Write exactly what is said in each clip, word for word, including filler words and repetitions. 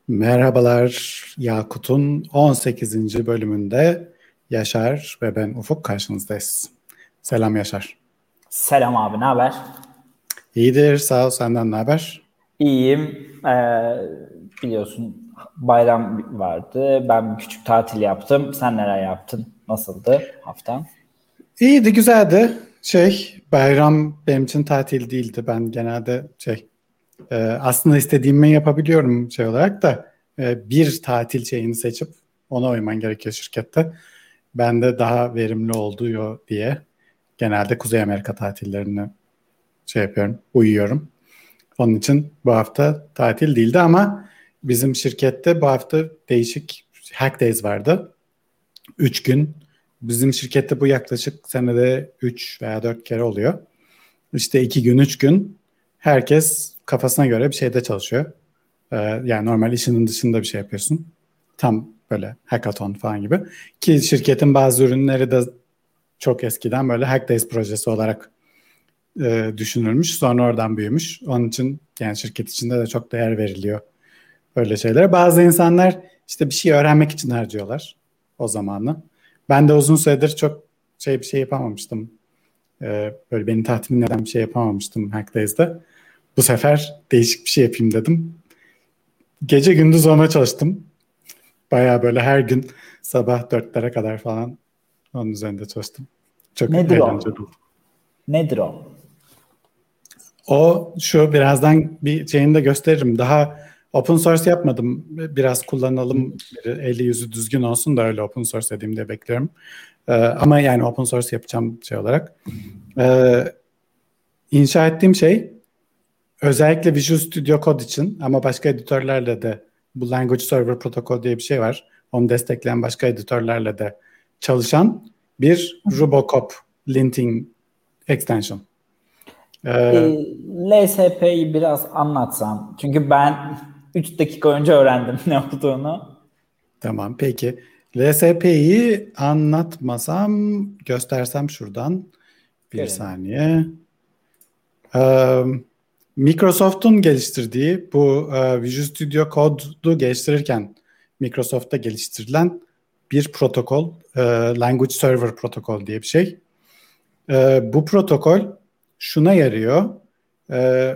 Merhabalar, Yakut'un on sekizinci bölümünde Yaşar ve ben Ufuk karşınızdayız. Selam Yaşar. Selam abi, ne haber? İyidir, sağ ol. Senden ne haber? İyiyim. Ee, biliyorsun bayram vardı. Ben bir küçük tatil yaptım. Sen neler yaptın? Nasıldı haftan? İyiydi, güzeldi. Şey, bayram benim için tatil değildi. Ben genelde şey, e, aslında istediğimi yapabiliyorum şey olarak da e, bir tatil şeyini seçip ona uyman gerekiyor şirkette. Ben de daha verimli oluyor diye genelde Kuzey Amerika tatillerini şey yapıyorum, uyuyorum. Onun için bu hafta tatil değildi ama bizim şirkette bu hafta değişik Hack Days vardı. Üç gün. Bizim şirkette bu yaklaşık senede üç veya dört kere oluyor. İşte iki gün, üç gün herkes kafasına göre bir şeyde çalışıyor. Ee, yani normal işinin dışında bir şey yapıyorsun. Tam böyle hackathon falan gibi. Ki şirketin bazı ürünleri de çok eskiden böyle Hack Days projesi olarak e, düşünülmüş. Sonra oradan büyümüş. Onun için yani şirket içinde de çok değer veriliyor böyle şeylere. Bazı insanlar işte bir şey öğrenmek için harcıyorlar o zamanı. Ben de uzun süredir çok şey bir şey yapamamıştım. E, böyle beni tatmin eden bir şey yapamamıştım Hackdays'de. Bu sefer değişik bir şey yapayım dedim. Gece gündüz ona çalıştım. Baya böyle her gün sabah dörtlere kadar falan onun üzerinde çalıştım. Çok Nedir o? eğlenceli. Nedir o? O şu birazdan bir şeyini de gösteririm. Daha open source yapmadım. Biraz kullanalım. Eli yüzü düzgün olsun da öyle open source edeyim diye bekliyorum. Ee, ama yani open source yapacağım şey olarak. Ee, inşa ettiğim şey özellikle Visual Studio Code için ama başka editörlerle de bu Language Server Protocol diye bir şey var. Onu destekleyen başka editörlerle de çalışan bir Robocop linting extension. Ee, Ee, L S P'yi biraz anlatsan. Çünkü ben üç dakika önce öğrendim ne olduğunu. Tamam, peki. L S P'yi anlatmasam, göstersem şuradan bir Görelim. saniye. Ee, Microsoft'un geliştirdiği bu e, Visual Studio Code'u geliştirirken Microsoft'ta geliştirilen bir protokol, e, Language Server Protocol diye bir şey. E, bu protokol şuna yarıyor. E,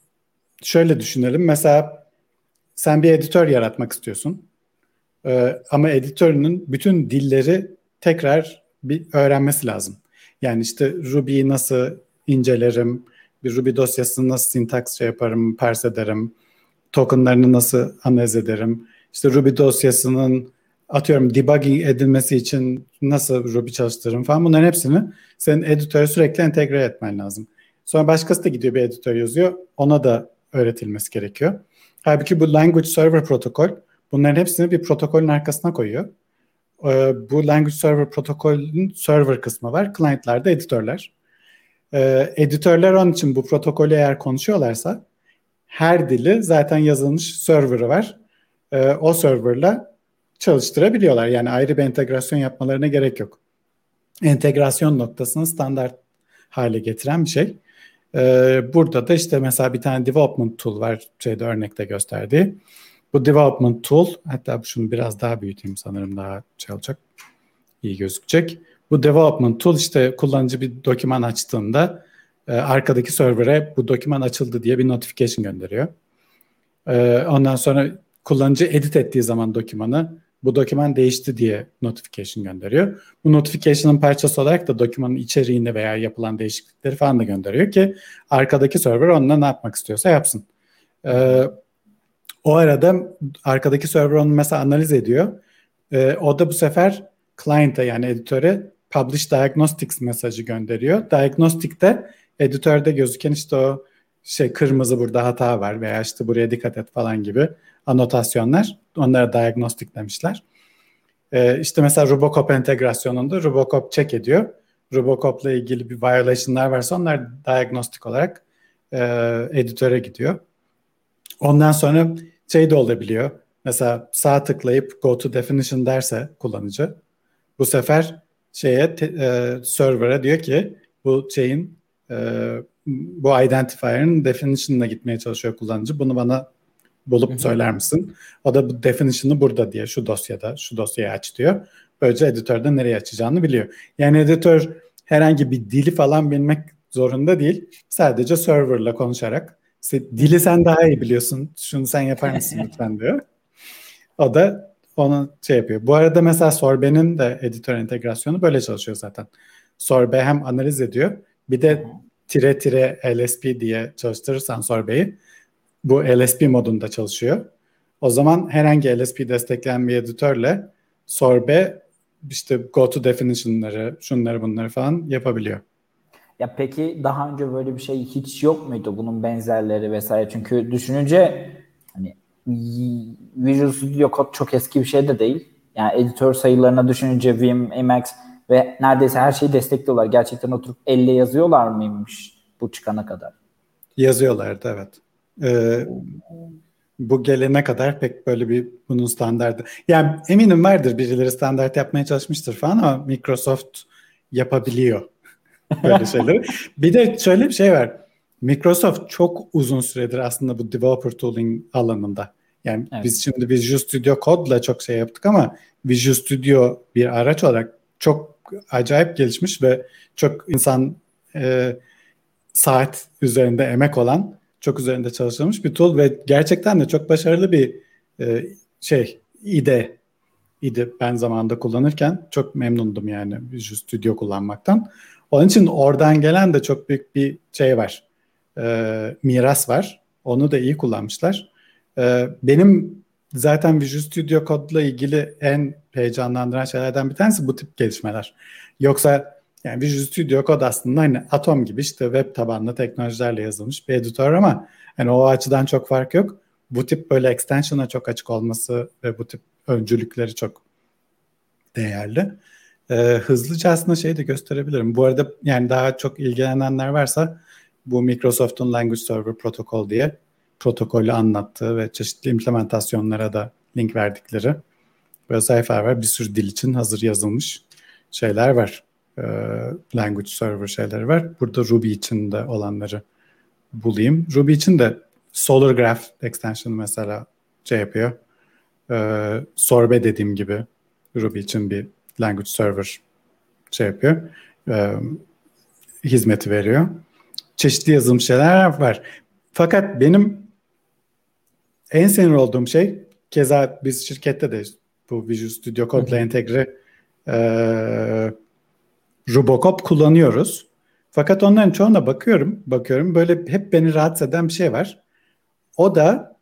şöyle düşünelim. Mesela sen bir editör yaratmak istiyorsun. Ee, ama editörünün bütün dilleri tekrar bir öğrenmesi lazım. Yani işte Ruby'yi nasıl incelerim, bir Ruby dosyasını nasıl sintaks şey yaparım, parse ederim, tokenlarını nasıl analiz ederim, işte Ruby dosyasının atıyorum debugging edilmesi için nasıl Ruby çalıştırırım falan bunların hepsini senin editöre sürekli entegre etmen lazım. Sonra başkası da gidiyor bir editör yazıyor, ona da öğretilmesi gerekiyor. Halbuki bu Language Server Protokol bunların hepsini bir protokolün arkasına koyuyor. Ee, bu Language Server Protokol'ün server kısmı var. Client'lar da editörler. Ee, editörler onun için bu protokolü eğer konuşuyorlarsa her dili zaten yazılmış server'ı var. Ee, o server'la çalıştırabiliyorlar. Yani ayrı bir entegrasyon yapmalarına gerek yok. Entegrasyon noktasını standart hale getiren bir şey. Ee, burada da işte mesela bir tane development tool var şeyde örnekte gösterdiği. Bu development tool, hatta şunu biraz daha büyüteyim sanırım daha şey olacak, iyi gözükecek. Bu development tool işte kullanıcı bir doküman açtığında e, arkadaki server'e bu doküman açıldı diye bir notification gönderiyor. E, ondan sonra kullanıcı edit ettiği zaman dokümanı bu doküman değişti diye notification gönderiyor. Bu notification'ın parçası olarak da dokümanın içeriğini veya yapılan değişiklikleri falan da gönderiyor ki arkadaki server onunla ne yapmak istiyorsa yapsın. E, o arada arkadaki server onu mesela analiz ediyor. Ee, o da bu sefer client'a yani editöre publish diagnostics mesajı gönderiyor. Diagnostic'te editörde gözüken işte o şey kırmızı burada hata var veya işte buraya dikkat et falan gibi anotasyonlar. Onlara diagnostic demişler. Ee, işte mesela Robocop entegrasyonunda Robocop check ediyor. Robocop'la ilgili bir violation'lar varsa onlar diagnostik olarak e, editöre gidiyor. Ondan sonra şey de olabiliyor. Mesela sağ tıklayıp go to definition derse kullanıcı bu sefer şeye te, e, server'a diyor ki bu şeyin e, bu identifier'ın definition'ına gitmeye çalışıyor kullanıcı. Bunu bana bulup Hı hı. söyler misin? O da bu definition'ı burada diye şu dosyada şu dosyayı aç diyor. Böylece editörde nereye açacağını biliyor. Yani editör herhangi bir dili falan bilmek zorunda değil. Sadece serverla konuşarak dili sen daha iyi biliyorsun. Şunu sen yapar mısın lütfen diyor. O da onu şey yapıyor. Bu arada mesela Sorbe'nin de editör entegrasyonu böyle çalışıyor zaten. Sorbe hem analiz ediyor, bir de tire tire L S P diye çalıştırırsan Sorbe'yi, bu L S P modunda çalışıyor. O zaman herhangi L S P destekleyen bir editörle Sorbe işte go to definition'ları, şunları bunları falan yapabiliyor. Ya peki daha önce böyle bir şey hiç yok muydu, bunun benzerleri vesaire? Çünkü düşününce hani Visual Studio Code çok eski bir şey de değil. Yani editör sayılarına düşününce Vim, Emacs ve neredeyse her şeyi destekliyorlar. Gerçekten oturup elle yazıyorlar mıymış bu çıkana kadar? Yazıyorlardı, evet. Ee, bu gelene kadar pek böyle bir bunun standardı. Yani eminim vardır, birileri standart yapmaya çalışmıştır falan ama Microsoft yapabiliyor böyle şeyleri. Bir de şöyle bir şey var. Microsoft çok uzun süredir aslında bu developer tooling alanında. Yani Evet. biz şimdi Visual Studio Code'la çok şey yaptık ama Visual Studio bir araç olarak çok acayip gelişmiş ve çok insan e, saat üzerinde emek olan, çok üzerinde çalışılmış bir tool ve gerçekten de çok başarılı bir e, şey ide idi. Ben zamanında kullanırken çok memnundum yani Visual Studio kullanmaktan. Onun için oradan gelen de çok büyük bir şey var. E, miras var. Onu da iyi kullanmışlar. E, benim zaten Visual Studio Code'la ilgili en heyecanlandıran şeylerden bir tanesi bu tip gelişmeler. Yoksa yani Visual Studio Code aslında hani Atom gibi işte web tabanlı teknolojilerle yazılmış bir editör ama hani o açıdan çok fark yok. Bu tip böyle extension'a çok açık olması ve bu tip öncülükleri çok değerli. Ee, hızlıca aslında şeyi de gösterebilirim. Bu arada yani daha çok ilgilenenler varsa bu Microsoft'un Language Server Protocol diye protokolü anlattığı ve çeşitli implementasyonlara da link verdikleri böyle sayfalar var. Bir sürü dil için hazır yazılmış şeyler var. Ee, language Server şeyleri var. Burada Ruby için de olanları bulayım. Ruby için de SolarGraph extension mesela şey yapıyor. Ee, Sorbe dediğim gibi Ruby için bir language server şey yapıyor. Ee, hizmeti veriyor. Çeşitli yazılım şeyler var. Fakat benim en sinir olduğum şey, keza biz şirkette de bu Visual Studio Code ile entegre e, Robocop kullanıyoruz. Fakat onların çoğuna bakıyorum, bakıyorum böyle hep beni rahatsız eden bir şey var. O da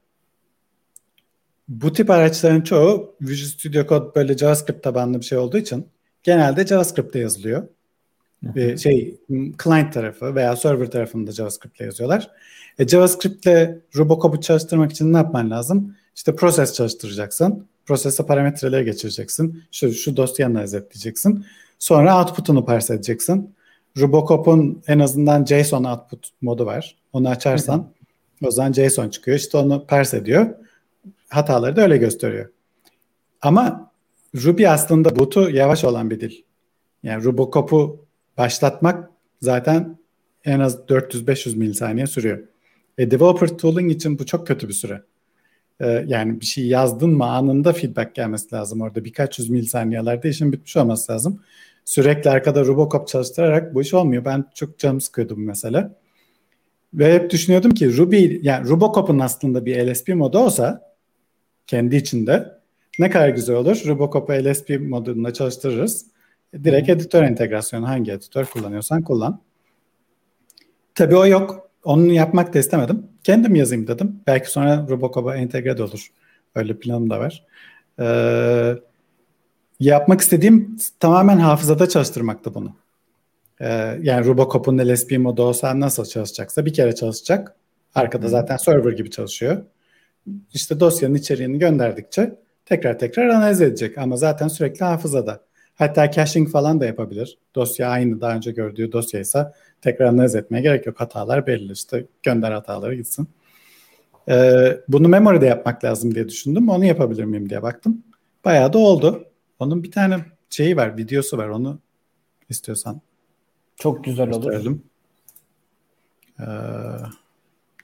bu tip araçların çoğu Visual Studio Code böyle JavaScript tabanlı bir şey olduğu için genelde JavaScript'te yazılıyor. Ee, şey client tarafı veya server tarafında JavaScript'le yazıyorlar. E, JavaScript'le Robocop'u çalıştırmak için ne yapman lazım? İşte proses çalıştıracaksın. Prosese parametreleri geçireceksin. Şu, şu dosyanı özetleyeceksin. Sonra output'unu parse edeceksin. Robocop'un en azından JSON output modu var. Onu açarsan o zaman JSON çıkıyor. İşte onu parse ediyor. Hataları da öyle gösteriyor. Ama Ruby aslında boot'u yavaş olan bir dil. Yani Robocop'u başlatmak zaten en az dört yüz beş yüz milisaniye sürüyor. E, developer tooling için bu çok kötü bir süre. E, yani bir şey yazdın mı anında feedback gelmesi lazım orada. Birkaç yüz milisaniyelerde işin bitmiş olması lazım. Sürekli arkada Robocop çalıştırarak bu iş olmuyor. Ben çok canım sıkıyordu bu mesele. Ve hep düşünüyordum ki Ruby, yani Robocop'un aslında bir L S P modu olsa kendi içinde ne kadar güzel olur. Robocop'u L S P modunda çalıştırırız. Direkt editör entegrasyonu, hangi editör kullanıyorsan kullan. Tabii o yok. Onu yapmak da istemedim. Kendim yazayım dedim. Belki sonra Robocop'a entegre de olur. Öyle planım da var. Ee, yapmak istediğim tamamen hafızada çalıştırmaktı bunu. Ee, yani Robocop'un L S P modu olsa nasıl çalışacaksa bir kere çalışacak. Arkada zaten server gibi çalışıyor. İşte dosyanın içeriğini gönderdikçe tekrar tekrar analiz edecek ama zaten sürekli hafızada. Hatta caching falan da yapabilir. Dosya aynı daha önce gördüğü dosyaysa tekrar analiz etmeye gerek yok. Hatalar belli, işte gönder hataları gitsin. Ee, bunu memory'de yapmak lazım diye düşündüm. Onu yapabilir miyim diye baktım. Bayağı da oldu. Onun bir tane şeyi var, videosu var. Onu istiyorsan çok güzel olur. gösterelim. Ee,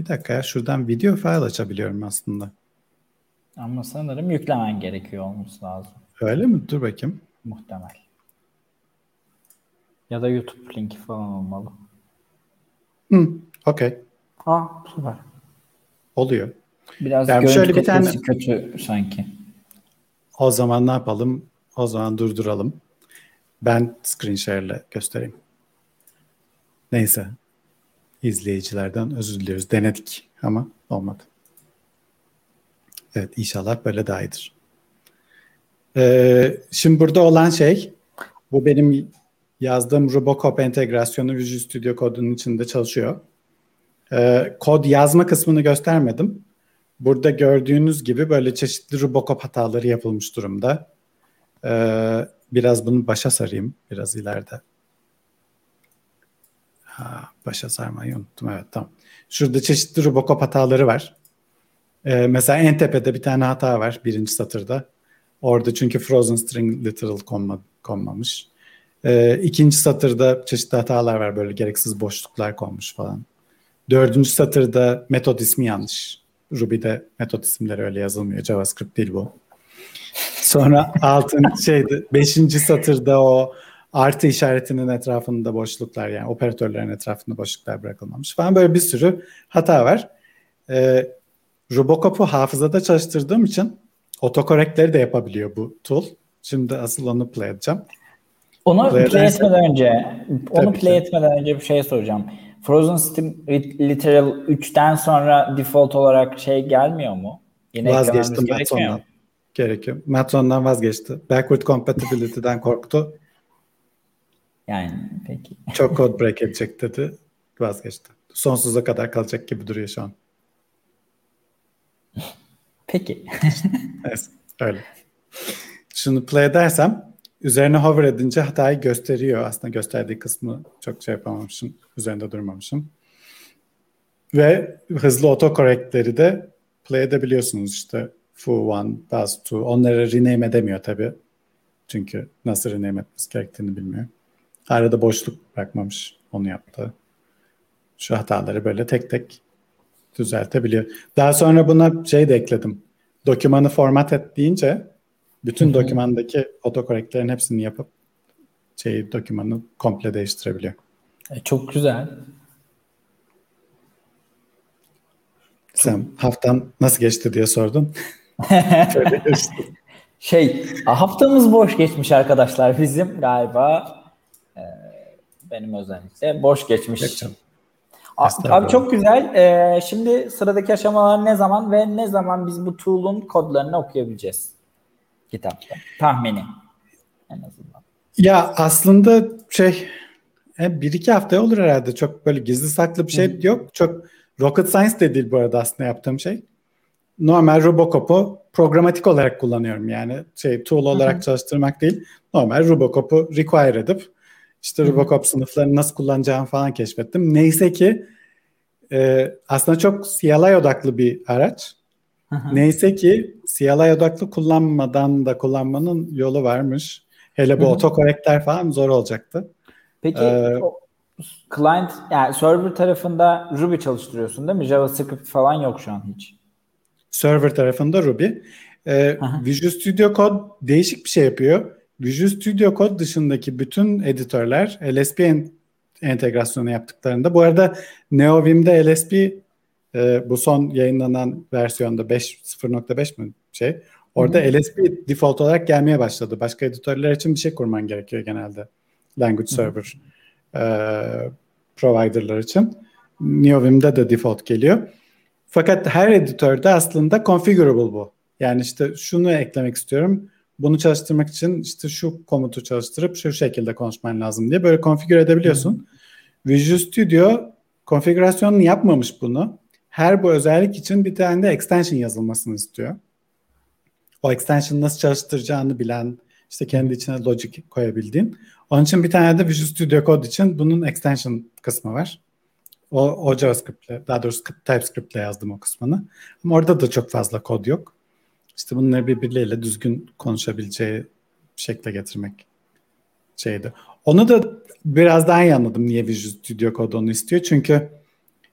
Bir dakika ya, şuradan video file açabiliyorum aslında. Ama sanırım yüklemen gerekiyor olması lazım. Öyle mi? Dur bakayım. Muhtemel. Ya da YouTube linki falan olmalı. Hı, okey. Aa, süper. Oluyor. Biraz Yani görüntü şöyle bir kalitesi tane, kötü sanki. o zaman ne yapalım? O zaman durduralım. Ben screen share ile göstereyim. Neyse. İzleyicilerden özür diliyoruz. Denedik ama olmadı. Evet, inşallah böyle daha iyidir. Ee, şimdi burada olan şey, bu benim yazdığım Robocop entegrasyonu Visual Studio Code'un içinde çalışıyor. Ee, kod yazma kısmını göstermedim. Burada gördüğünüz gibi böyle çeşitli Robocop hataları yapılmış durumda. Ee, biraz bunu başa sarayım biraz ileride. Ha, başa sarmayı unuttum. Evet, tamam. Şurada çeşitli Robocop hataları var. Ee, mesela en tepede bir tane hata var birinci satırda. Orada çünkü frozen string literal konma, konmamış. Ee, ikinci satırda çeşitli hatalar var, böyle gereksiz boşluklar konmuş falan. Dördüncü satırda metot ismi yanlış. Ruby'de metot isimleri öyle yazılmıyor. JavaScript değil bu. Sonra altın şeydi, beşinci satırda o artı işaretinin etrafında boşluklar, yani operatörlerin etrafında boşluklar bırakılmamış falan, böyle bir sürü hata var. Ee, Robocop'u hafızada çalıştırdığım için otokorrektleri de yapabiliyor bu tool. Şimdi asıl onu play edeceğim. Onu Play, play edersem, etmeden önce, onu tabii play ki. etmeden önce bir şey soracağım. Frozen Steam Literal üçten sonra default olarak şey gelmiyor mu? Yine eklememiz Vazgeçtim gerekmiyor mu? Matron'dan. Gerekiyor. Matron'dan vazgeçti. Backward compatibility'den korktu. Yani peki. Çok code break edecek dedi. Vazgeçti. Sonsuza kadar kalacak gibi duruyor şu an. Peki. Evet, öyle. Şunu play edersem üzerine hover edince hatayı gösteriyor. Aslında gösterdiği kısmı çok şey yapamamışım. Üzerinde durmamışım. Ve hızlı autocorrect'leri de play edebiliyorsunuz işte. foo bir, buzz iki. Onları rename edemiyor tabii. Çünkü nasıl rename etmesi gerektiğini bilmiyor. Arada boşluk bırakmamış. Onu yaptı. Şu hataları böyle tek tek düzeltebiliyor. Daha sonra buna şey de ekledim. Dokümanı format et deyince bütün dokümandaki otokorrektlerin hepsini yapıp şeyi, dokümanı komple değiştirebiliyor. E, çok güzel. Sen haftan nasıl geçti diye sordun. Böyle geçti. Şey, haftamız boş geçmiş arkadaşlar bizim galiba. Ee, benim özellikle boş geçmiş. Yok canım. A- Abi çok güzel. Ee, şimdi sıradaki aşamalar ne zaman ve ne zaman biz bu tool'un kodlarını okuyabileceğiz kitapta? Tahmini en azından. Ya aslında şey, bir iki haftaya olur herhalde. Çok böyle gizli saklı bir şey yok. Çok rocket science de değil bu arada aslında yaptığım şey. Normal Robocop'u programatik olarak kullanıyorum. Yani şey, tool olarak çalıştırmak değil. Normal Robocop'u require edip işte Robocop sınıflarını nasıl kullanacağımı falan keşfettim. Neyse ki e, aslında çok C L I odaklı bir araç. Neyse ki C L I odaklı kullanmadan da kullanmanın yolu varmış. Hele bu otokorrektler falan zor olacaktı. Peki Ee, o client, yani server tarafında Ruby çalıştırıyorsun değil mi? JavaScript falan yok şu an hiç. Server tarafında Ruby. Ee, Visual Studio Code değişik bir şey yapıyor. Visual Studio Code dışındaki bütün editörler L S P en- entegrasyonu yaptıklarında, bu arada NeoVim'de L S P e, bu son yayınlanan versiyonda beş nokta sıfır nokta beş mi şey, orada L S P default olarak gelmeye başladı. Başka editörler için bir şey kurman gerekiyor genelde. Language Server e, providerlar için. NeoVim'de de default geliyor. Fakat her editörde aslında configurable bu. Yani işte şunu eklemek istiyorum. Bunu çalıştırmak için işte şu komutu çalıştırıp şu şekilde konuşman lazım diye böyle konfigüre edebiliyorsun. Hı. Visual Studio konfigürasyonunu yapmamış bunu. Her bu özellik için bir tane de extension yazılmasını istiyor. O extension nasıl çalıştıracağını bilen, işte kendi içine logic koyabildiğin. Onun için bir tane de Visual Studio Code için bunun extension kısmı var. O, o JavaScript'le, daha doğrusu TypeScript'le yazdım o kısmını. Ama orada da çok fazla kod yok. İşte bunları birbirleriyle düzgün konuşabileceği şekle getirmek şeydi. Onu da biraz daha iyi anladım niye Visual Studio Code onu istiyor. Çünkü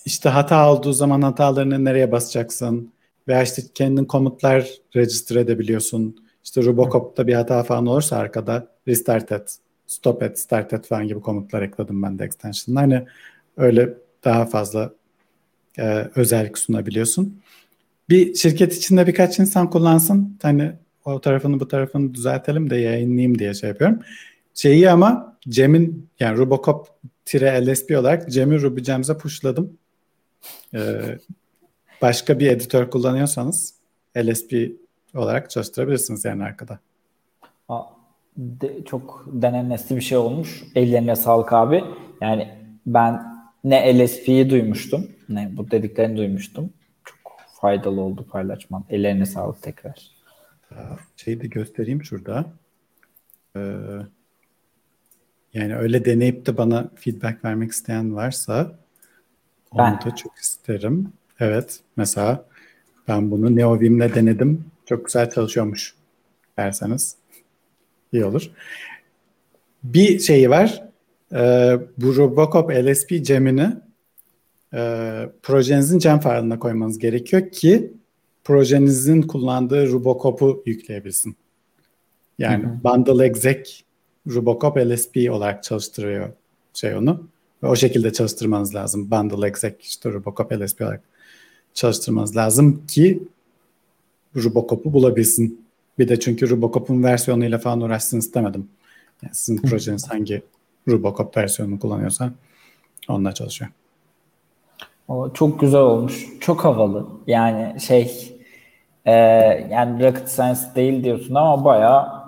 işte hata olduğu zaman hatalarını nereye basacaksın veya işte kendin komutlar register edebiliyorsun. İşte Robocop'ta bir hata falan olursa arkada restart et, stop et, start et falan gibi komutlar ekledim ben de extension'la. Hani öyle daha fazla e, özellik sunabiliyorsun. Bir şirket içinde birkaç insan kullansın. Hani o tarafını bu tarafını düzeltelim de yayınlayayım diye şey yapıyorum. Şeyi ama Cem'in yani Robocop-L S P olarak Cem'i RubyGems'e pushladım. Ee, başka bir editör kullanıyorsanız L S P olarak çalıştırabilirsiniz yani arkada. Aa, de, çok denenesi bir şey olmuş. Ellerine sağlık abi. Yani ben ne L S P'yi duymuştum ne bu dediklerini duymuştum. Çok faydalı oldu paylaşman. Ellerine sağlık tekrar. Şeyi de göstereyim şurada. Ee, yani öyle deneyip de bana feedback vermek isteyen varsa onu Ben. da çok isterim. Evet, mesela ben bunu NeoVim'le denedim. Çok güzel çalışıyormuş derseniz iyi olur. Bir şeyi var. E, bu Robocop L S P gemini e, projenizin gem file'ına koymanız gerekiyor ki projenizin kullandığı Robocop'u yükleyebilsin. Yani Hı hı. bundle exec Robocop L S P olarak çalıştırıyor şey onu. Ve o şekilde çalıştırmanız lazım. Bundle exec işte Robocop L S P olarak çalıştırmanız lazım ki Robocop'u bulabilsin. Bir de çünkü Robocop'un versiyonuyla falan uğraşsın istemedim. Yani sizin projeniz hangi Robocop versiyonunu kullanıyorsa onunla çalışıyor. O çok güzel olmuş. Çok havalı. Yani şey e, yani rocket science değil diyorsun ama bayağı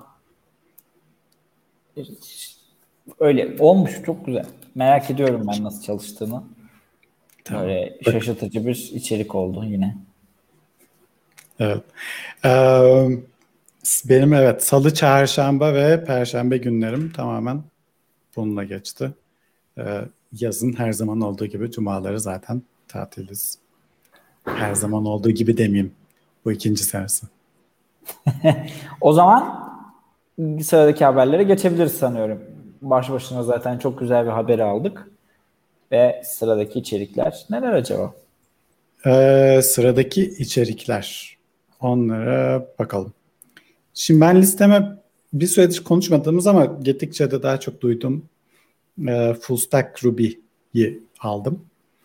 öyle olmuş. Çok güzel. Merak ediyorum ben nasıl çalıştığını. Tamam. Böyle Bak, şaşırtıcı bir içerik oldu yine. evet. Ee, benim evet salı, çarşamba ve perşembe günlerim tamamen bununla geçti. Ee, yazın her zaman olduğu gibi cumaları zaten tatiliz. Her zaman olduğu gibi demeyeyim. Bu ikinci senesi. O zaman sıradaki haberlere geçebiliriz sanıyorum. Baş başına zaten çok güzel bir haberi aldık. Ve sıradaki içerikler neler acaba? Ee, sıradaki içerikler. Onlara bakalım. Şimdi ben listeme bir süredir konuşmadığımız ama gittikçe de daha çok duydum. E, Full Stack Ruby'yi aldım.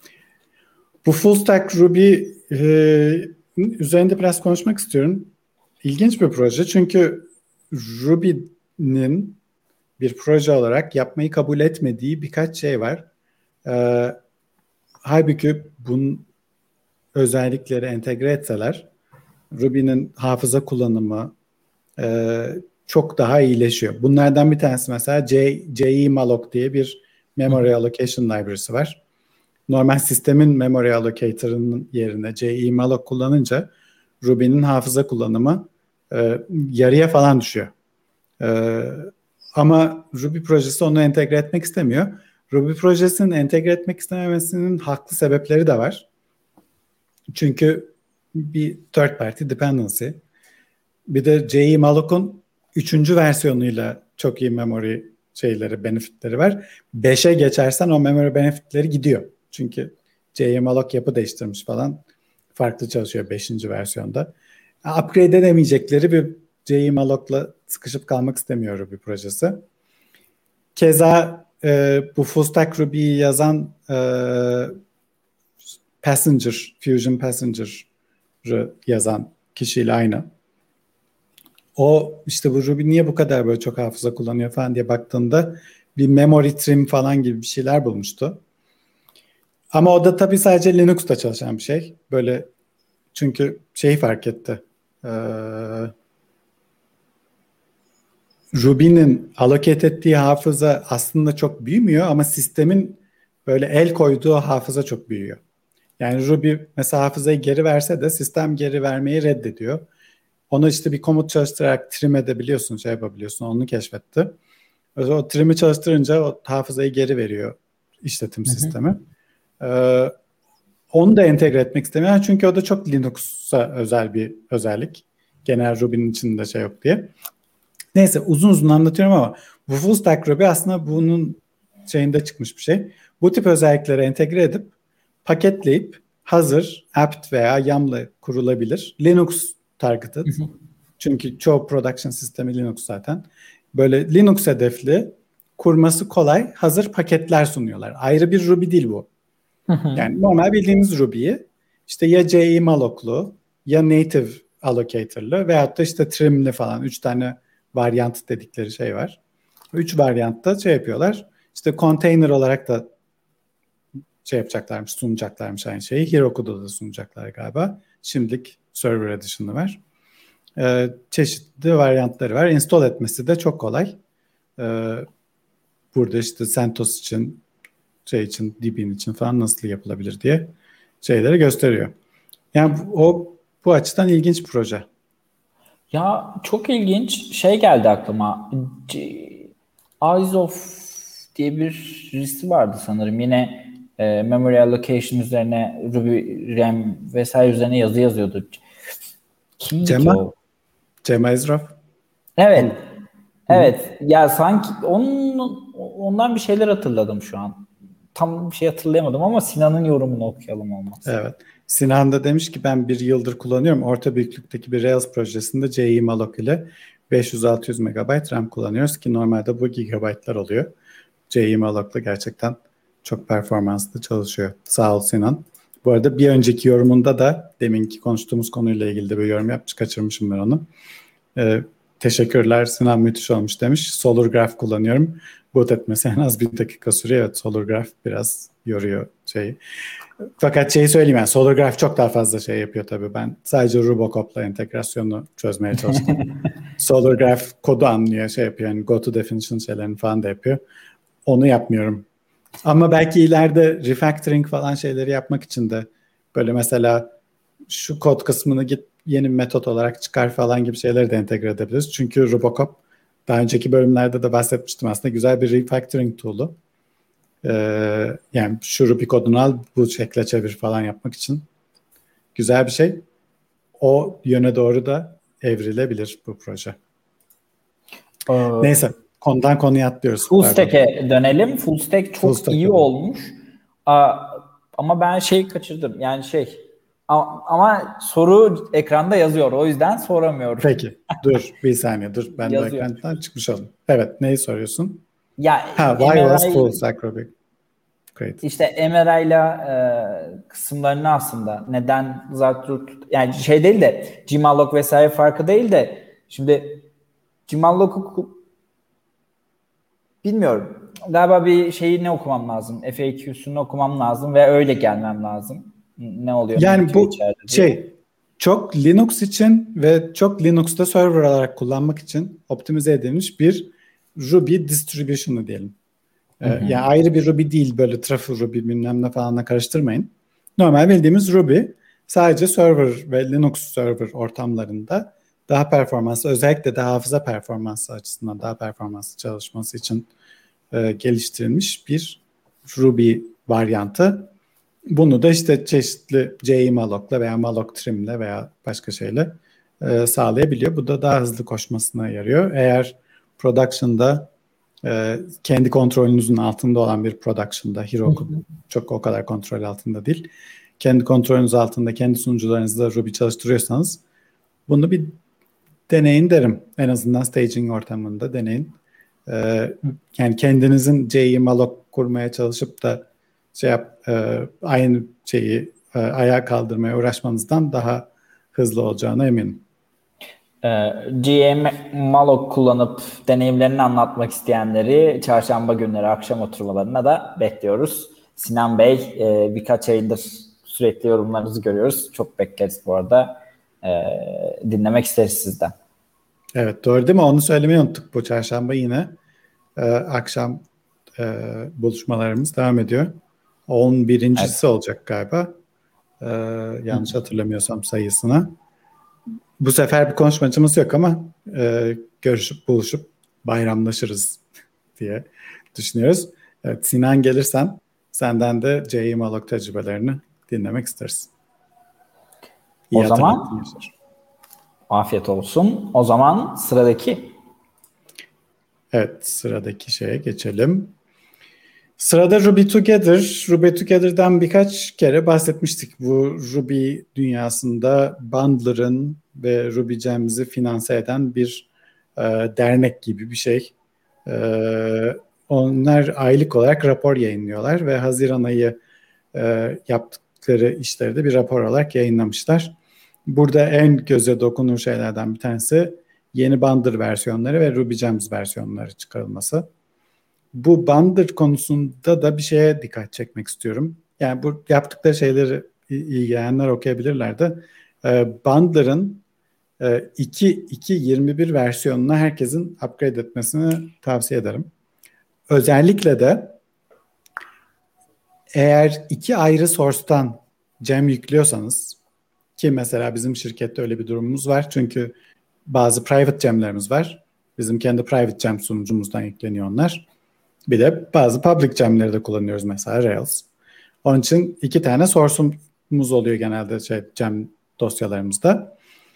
Bu Full Stack Ruby e, üzerinde biraz konuşmak istiyorum. İlginç bir proje çünkü Ruby'nin bir proje olarak yapmayı kabul etmediği birkaç şey var. E, halbuki bunun özellikleri entegre etseler Ruby'nin hafıza kullanımı e, çok daha iyileşiyor. Bunlardan bir tanesi mesela C, cemalloc diye bir memory allocation library'si var. Normal sistemin memory allocator'ının yerine cemalloc kullanınca Ruby'nin hafıza kullanımı e, yarıya falan düşüyor. E, ama Ruby projesi onu entegre etmek istemiyor. Ruby projesinin entegre etmek istememesinin haklı sebepleri de var. Çünkü bir third party dependency. Bir de cmalloc'un üçüncü versiyonuyla çok iyi memory şeyleri, benefitleri var. beşe geçersen o memory benefitleri gidiyor. Çünkü cmalloc yapı değiştirmiş falan. Farklı çalışıyor beşinci versiyonda. Upgrade edemeyecekleri bir cmalloc'la sıkışıp kalmak istemiyor bir projesi. Keza e, bu Full Stack Ruby'yi yazan e, Passenger, Fusion Passenger'ı yazan kişiyle aynı. O işte bu Ruby niye bu kadar böyle çok hafıza kullanıyor falan diye baktığında bir memory trim falan gibi bir şeyler bulmuştu. Ama o da tabii sadece Linux'ta çalışan bir şey. Böyle çünkü şeyi fark etti. Ee, Ruby'nin allocate ettiği hafıza aslında çok büyümüyor ama sistemin böyle el koyduğu hafıza çok büyüyor. Yani Ruby mesela hafızayı geri verse de sistem geri vermeyi reddediyor. Onu işte bir komut çalıştırarak trim edebiliyorsun, şey yapabiliyorsun. Onu keşfetti. O trim'i çalıştırınca o hafızayı geri veriyor işletim Hı hı. sistemi. Ee, onu da entegre etmek istemiyor. Çünkü o da çok Linux'a özel bir özellik. Genel Ruby'nin içinde şey yok diye. Neyse uzun uzun anlatıyorum ama bu Full Stack Ruby aslında bunun şeyinde çıkmış bir şey. Bu tip özellikleri entegre edip paketleyip hazır apt veya yam'la kurulabilir. Linux targeted. Çünkü çoğu production sistemi Linux zaten. Böyle Linux hedefli, kurması kolay, hazır paketler sunuyorlar. Ayrı bir Ruby değil bu. Yani normal bildiğimiz Ruby'yi işte ya C I Malloc'lu ya native allocator'lı veyahut da işte trim'li falan üç tane varyant dedikleri şey var. Üç varyantta şey yapıyorlar. İşte container olarak da şey yapacaklarmış, sunacaklarmış aynı şeyi. Heroku'da da sunacaklar galiba. Şimdilik Server Edition'ı var. Ee, çeşitli varyantları var. Install etmesi de çok kolay. Ee, burada işte CentOS için, şey için, Debian için falan nasıl yapılabilir diye şeyleri gösteriyor. Yani o bu açıdan ilginç bir proje. Ya çok ilginç şey geldi aklıma. C- Eyes of diye bir birisi vardı sanırım. Yine e, memory allocation üzerine Ruby, RAM vesaire üzerine yazı yazıyordu. Kimdi ki Cema, o? Cema Ezraf. Evet. Hı. Evet. Ya sanki onun ondan bir şeyler hatırladım şu an. Tam bir şey hatırlayamadım ama Sinan'ın yorumunu okuyalım olmaz. Evet. Sinan da demiş ki ben bir yıldır kullanıyorum. Orta büyüklükteki bir Rails projesinde C I Malloc ile beş yüz altı yüz megabayt RAM kullanıyoruz ki normalde bu gigabaytlar oluyor. C I Malloc'la gerçekten çok performanslı çalışıyor. Sağ ol Sinan. Bu arada bir önceki yorumunda da deminki konuştuğumuz konuyla ilgili de bir yorum yapmış. Kaçırmışım ben onu. Ee, teşekkürler Sinan, müthiş olmuş demiş. SolarGraph kullanıyorum. Boot etmesi en az bir dakika sürüyor. Evet, SolarGraph biraz yoruyor şeyi. Fakat şeyi söyleyeyim, yani SolarGraph çok daha fazla şey yapıyor tabii. Ben sadece Rubocop'la entegrasyonu çözmeye çalıştım. SolarGraph kodu anlıyor, şey yapıyor. Yani go to definition şeylerini falan da yapıyor. Onu yapmıyorum. Ama belki ileride refactoring falan şeyleri yapmak için de böyle mesela şu kod kısmını git yeni bir metot olarak çıkar falan gibi şeyleri de entegre edebiliriz. Çünkü Robocop daha önceki bölümlerde de bahsetmiştim, aslında güzel bir refactoring tool'u. Ee, yani şu Ruby kodunu al, bu şekle çevir falan yapmak için güzel bir şey. O yöne doğru da evrilebilir bu proje. Ee, Neyse, konudan konuya atlıyoruz. Full Pardon. stack'e dönelim. Full stack Full çok stack iyi edelim. olmuş. Aa, ama ben şeyi kaçırdım. Yani şey ama, ama soru ekranda yazıyor. O yüzden soramıyorum. Peki. Dur bir saniye dur. Ben de Yazıyor. ekrandan çıkmış oldum. Evet, neyi soruyorsun? Ya Ha, why was full M R I stack Ruby great? işte M R I ile e, kısımlarını aslında neden zaten yani şey değil de Gmalloc vesaire farkı değil de şimdi Gmalloc'u bilmiyorum. Galiba bir şeyi ne okumam lazım? F A Q'sunu okumam lazım ve öyle gelmem lazım. Ne oluyor ne Yani bitiyor bu içeride diye. şey çok Linux için ve çok Linux'ta server olarak kullanmak için optimize edilmiş bir Ruby distribution'ı diyelim. Ee, Hı hı. yani ayrı bir Ruby değil, böyle Truffle Ruby bilmem ne falanla karıştırmayın. Normal bildiğimiz Ruby sadece server ve Linux server ortamlarında daha performanslı, özellikle de hafıza performansı açısından daha performanslı çalışması için e, geliştirilmiş bir Ruby varyantı. Bunu da işte çeşitli C I Malloc'la veya Malloc Trim'le veya başka şeyle e, sağlayabiliyor. Bu da daha hızlı koşmasına yarıyor. Eğer production'da e, kendi kontrolünüzün altında olan bir production'da, Heroku çok o kadar kontrol altında değil, kendi kontrolünüz altında kendi sunucularınızda Ruby çalıştırıyorsanız bunu bir deneyin derim. En azından staging ortamında deneyin. Ee, yani kendinizin C I Malloc kurmaya çalışıp da şey yap, e, aynı şeyi e, ayağa kaldırmaya uğraşmanızdan daha hızlı olacağına eminim. Ee, G M Malloc kullanıp deneyimlerini anlatmak isteyenleri çarşamba günleri akşam oturmalarına da bekliyoruz. Sinan Bey e, birkaç aydır sürekli yorumlarınızı görüyoruz. Çok bekleriz bu arada. E, dinlemek isteriz sizden. Evet, doğru değil mi? Onu söylemeyi unuttuk. Bu çarşamba yine e, akşam e, buluşmalarımız devam ediyor. on birincisi Evet. olacak galiba. E, yanlış hatırlamıyorsam sayısına. Bu sefer bir konuşmacımız yok ama e, görüşüp buluşup bayramlaşırız diye düşünüyoruz. Evet, Sinan gelirsen senden de C I Malloc tecrübelerini dinlemek isteriz. İyi O hatırlattın zaman Yaşar. afiyet olsun. O zaman sıradaki. Evet, sıradaki şeye geçelim. Sırada Ruby Together. Ruby Together'dan birkaç kere bahsetmiştik. Bu Ruby dünyasında Bundler'ın ve Ruby Gems'i finanse eden bir e, dernek gibi bir şey. E, onlar aylık olarak rapor yayınlıyorlar ve Haziran ayı e, yaptıkları işleri de bir rapor olarak yayınlamışlar. Burada en göze dokunur şeylerden bir tanesi yeni Bundler versiyonları ve Ruby Gems versiyonları çıkarılması. Bu Bundler konusunda da bir şeye dikkat çekmek istiyorum. Yani bu yaptıkları şeyleri ilgilenenler okuyabilirler de. E, Bundler'ın e, iki nokta yirmi bir versiyonuna herkesin upgrade etmesini tavsiye ederim. Özellikle de eğer iki ayrı source'tan gem yüklüyorsanız, ki mesela bizim şirkette öyle bir durumumuz var. Çünkü bazı private gemlerimiz var. Bizim kendi private gem sunucumuzdan yükleniyor onlar. Bir de bazı public gemleri de kullanıyoruz, mesela Rails. Onun için iki tane source'umuz oluyor genelde şey, gem dosyalarımızda.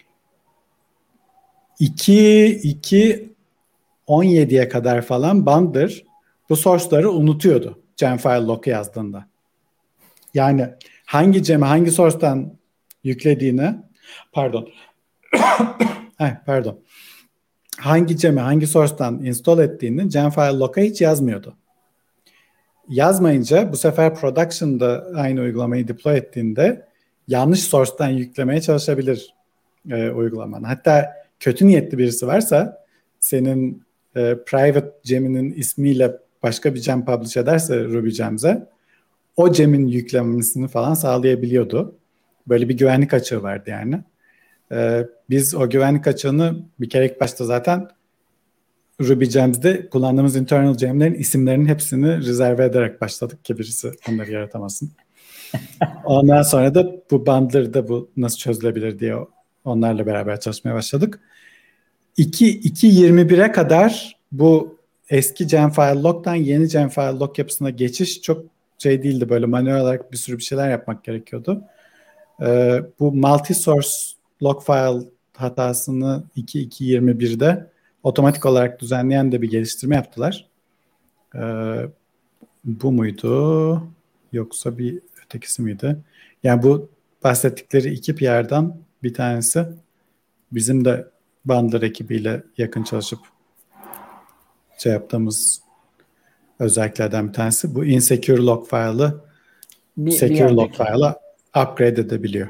iki nokta on yediye kadar falan Bundler bu source'ları unutuyordu Gemfile lock'u yazdığında. Yani hangi gem'i hangi source'tan yüklediğini, pardon, Ay, pardon, hangi gem'i hangi source'tan install ettiğini Gemfile lock'a hiç yazmıyordu. Yazmayınca bu sefer production'da aynı uygulamayı deploy ettiğinde yanlış source'tan yüklemeye çalışabilir e, uygulaman. Hatta kötü niyetli birisi varsa senin e, private gem'inin ismiyle başka bir gem publish ederse Ruby Gems'e o gem'in yüklenmesini falan sağlayabiliyordu. Böyle bir güvenlik açığı vardı yani. E, biz o güvenlik açığını bir kere ilk başta zaten Ruby Gems'de kullandığımız internal gem'lerin isimlerinin hepsini rezerve ederek başladık ki birisi onları yaratamasın. Ondan sonra da bu bundler'da bu nasıl çözülebilir diye onlarla beraber çalışmaya başladık. iki nokta yirmi bire kadar bu eski Gemfile lock'tan yeni Gemfile lock yapısına geçiş çok şey değildi. Böyle manuel olarak bir sürü bir şeyler yapmak gerekiyordu. Ee, bu multi-source log file hatasını iki nokta yirmi birde otomatik olarak düzenleyen de bir geliştirme yaptılar. Ee, bu muydu? Yoksa bir ötekisi miydi? Yani bu bahsettikleri iki P R'dan bir tanesi bizim de Bundler ekibiyle yakın çalışıp şey yaptığımız özelliklerden bir tanesi. Bu insecure log file'ı bir, secure bir log file'a upgrade edebiliyor.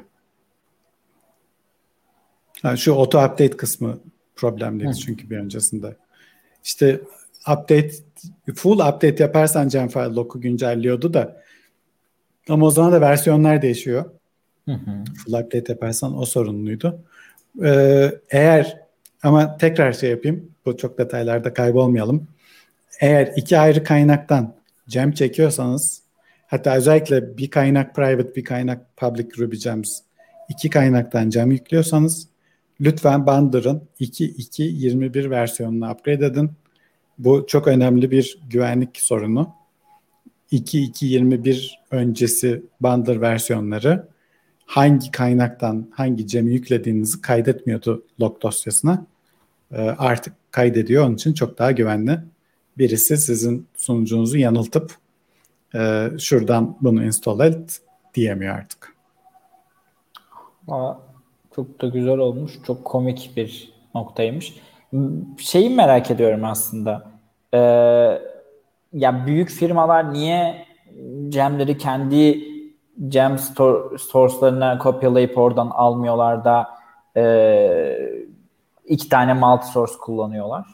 Yani şu auto update kısmı problemliydi Hı. çünkü bir öncesinde. İşte update, full update yaparsan Gemfile log'u güncelliyordu da ama o zaman da versiyonlar değişiyor. Hı hı. Full update yaparsan o sorunluydu. Ee, eğer ama tekrar şey yapayım, bu çok detaylarda kaybolmayalım. Eğer iki ayrı kaynaktan gem çekiyorsanız, hatta özellikle bir kaynak private, bir kaynak public Ruby Gems, iki kaynaktan gem yüklüyorsanız lütfen Bundler'ın iki nokta yirmi bir versiyonunu upgrade edin. Bu çok önemli bir güvenlik sorunu. iki nokta yirmi bir öncesi Bundler versiyonları hangi kaynaktan hangi gemi yüklediğinizi kaydetmiyordu log dosyasına. Ee, artık kaydediyor. Onun için çok daha güvenli. Birisi sizin sunucunuzu yanıltıp e, şuradan bunu install et diyemiyor artık. Aa, çok da güzel olmuş. Çok komik bir noktaymış. Şeyi merak ediyorum aslında. Ee, ya büyük firmalar niye gemleri kendi gem store, source'larına kopyalayıp oradan almıyorlar da e, iki tane multi source kullanıyorlar?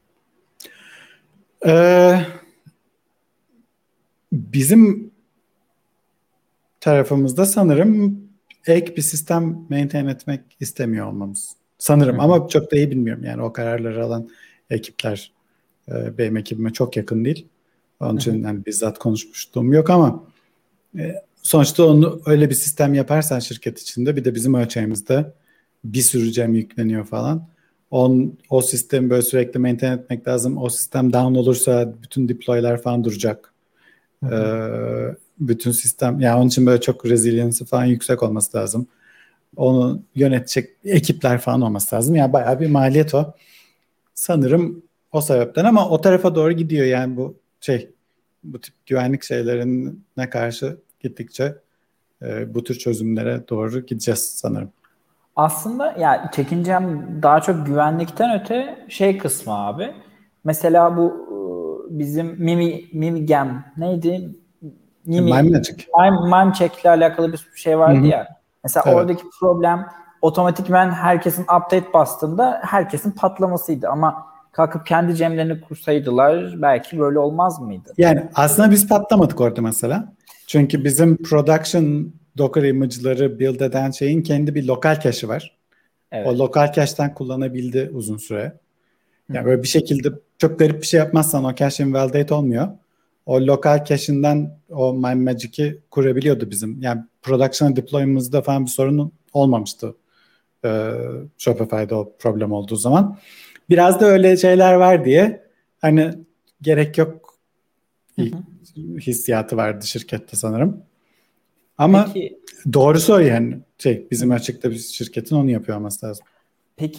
Ee, bizim tarafımızda sanırım ek bir sistem maintain etmek istemiyor olmamız. Sanırım Hı-hı. ama çok da iyi bilmiyorum. Yani o kararları alan ekipler e, benim ekibime çok yakın değil. Onun için yani bizzat konuşmuşluğum yok ama e, sonuçta onu öyle bir sistem yaparsan şirket içinde, bir de bizim ölçeğimizde bir sürü gem yükleniyor falan. On, o sistemi böyle sürekli maintain etmek lazım. O sistem down olursa bütün deploy'lar falan duracak. Ee, bütün sistem, yani onun için böyle çok resiliency falan yüksek olması lazım. Onu yönetecek ekipler falan olması lazım. Yani bayağı bir maliyet o. Sanırım o sebepten, ama o tarafa doğru gidiyor yani bu şey. bu tip güvenlik şeylerine karşı gittikçe e, bu tür çözümlere doğru gideceğiz sanırım. Aslında ya çekincem daha çok güvenlikten öte şey kısmı abi. Mesela bu e, bizim Mimi Mimigam neydi? Mimi MimeMagick. MimeCheck ile alakalı bir şey vardı Hı hı. ya. Mesela Evet. oradaki problem otomatikmen herkesin update bastığında herkesin patlamasıydı ama kalkıp kendi gemlerini kursaydılar belki böyle olmaz mıydı? Yani aslında biz patlamadık orada mesela. Çünkü bizim production Docker image'ları build eden şeyin kendi bir lokal cache'i var. Evet. O lokal cache'ten kullanabildi uzun süre. Yani böyle bir şekilde çok garip bir şey yapmazsan o cache invalidate olmuyor. O lokal cache'inden o MimeMagic'i kurabiliyordu bizim. Yani production'a deploy'ımızda falan bir sorun olmamıştı. Ee, Shopify'da o problem olduğu zaman. Biraz da öyle şeyler var diye hani gerek yok Hı hı. hissiyatı vardı şirkette sanırım. Ama Peki doğrusu o yani. Şey, bizim açıkta bir şirketin onu yapıyor olması lazım. Peki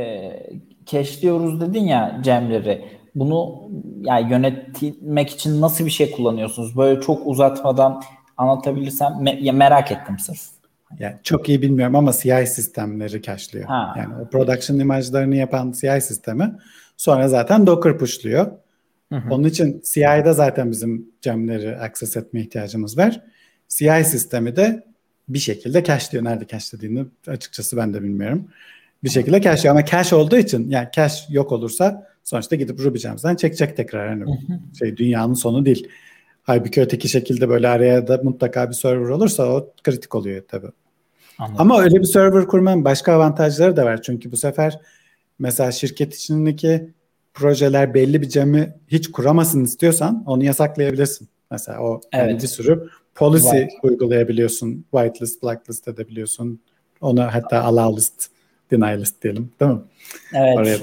e, cache'liyoruz dedin ya gemleri. Bunu yani yönetmek için nasıl bir şey kullanıyorsunuz? Böyle çok uzatmadan anlatabilirsem me- ya merak ettim sırf. Yani çok iyi bilmiyorum ama C I sistemleri cache'liyor. Ha, Yani o peki. production imajlarını yapan C I sistemi sonra zaten Docker pushluyor. Hı hı. Onun için C I'da zaten bizim gemleri access etme ihtiyacımız var. C I sistemi de bir şekilde cache'liyor. Nerede cache'lediğini açıkçası ben de bilmiyorum. Bir şekilde cache'liyor ama cache olduğu için yani cache yok olursa sonuçta gidip Ruby gem'den çekecek tekrar. Yani şey dünyanın sonu değil. Halbuki öteki şekilde böyle araya da mutlaka bir server olursa o kritik oluyor tabii. Anladım. Ama öyle bir server kurmanın başka avantajları da var. Çünkü bu sefer mesela şirket içindeki projeler belli bir gem'i hiç kuramasın istiyorsan onu yasaklayabilirsin. Mesela o Evet. yani bir sürü policy Right. uygulayabiliyorsun. Whitelist, blacklist edebiliyorsun. Onu hatta allow list, deny list diyelim. Değil mi? Evet. Oraya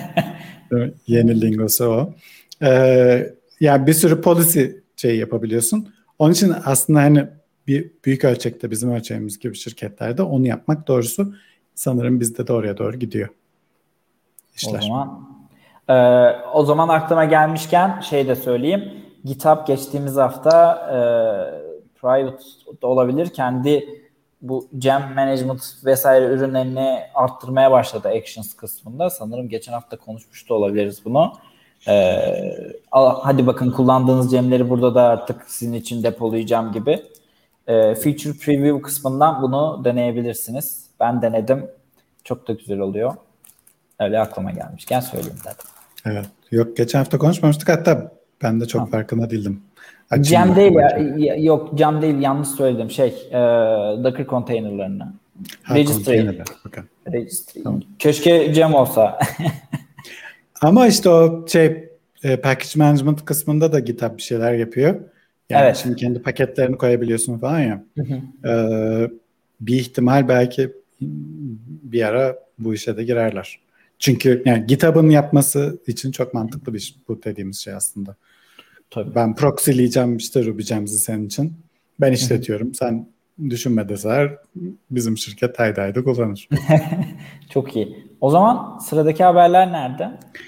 değil mi? Yeni lingosu o. Ee, yani bir sürü policy şey yapabiliyorsun. Onun için aslında hani bir büyük ölçekte bizim ölçeğimiz gibi şirketlerde onu yapmak doğrusu sanırım bizde de oraya doğru gidiyor işler. O zaman e, o zaman aklıma gelmişken şey de söyleyeyim. GitHub geçtiğimiz hafta e, private da olabilir. Kendi bu gem management vesaire ürünlerini arttırmaya başladı Actions kısmında. Sanırım geçen hafta konuşmuş da olabiliriz bunu. Ee, hadi bakın kullandığınız gemleri burada da artık sizin için depolayacağım gibi. Ee, feature preview kısmından bunu deneyebilirsiniz. Ben denedim. Çok da güzel oluyor. Öyle aklıma gelmişken söyleyeyim dedim. Evet. Yok geçen hafta konuşmamıştık hatta ben de çok ha. farkında değildim. Gem değil ya. Yok gem değil yanlış söyledim. Şey e, Docker containerlarını. Ha, Registry. Okay. Registry. Tamam. Keşke gem olsa. Ama işte o şey e, package management kısmında da GitHub bir şeyler yapıyor. Yani evet. Şimdi kendi paketlerini koyabiliyorsun falan ya. Hı hı. Ee, bir ihtimal belki bir ara bu işe de girerler. Çünkü yani GitHub'ın yapması için çok mantıklı bir iş bu dediğimiz şey aslında. Tabii. Ben proxyleyeceğim işte Ruby gems'i senin için. Ben işletiyorum. Hı hı. Sen düşünme deseler bizim şirket haydaydı kullanır. Çok iyi. O zaman sıradaki haberler nerede?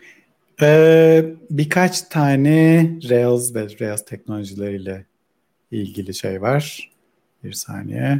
Ee, birkaç tane Rails ve Rails teknolojileriyle ilgili şey var. Bir saniye.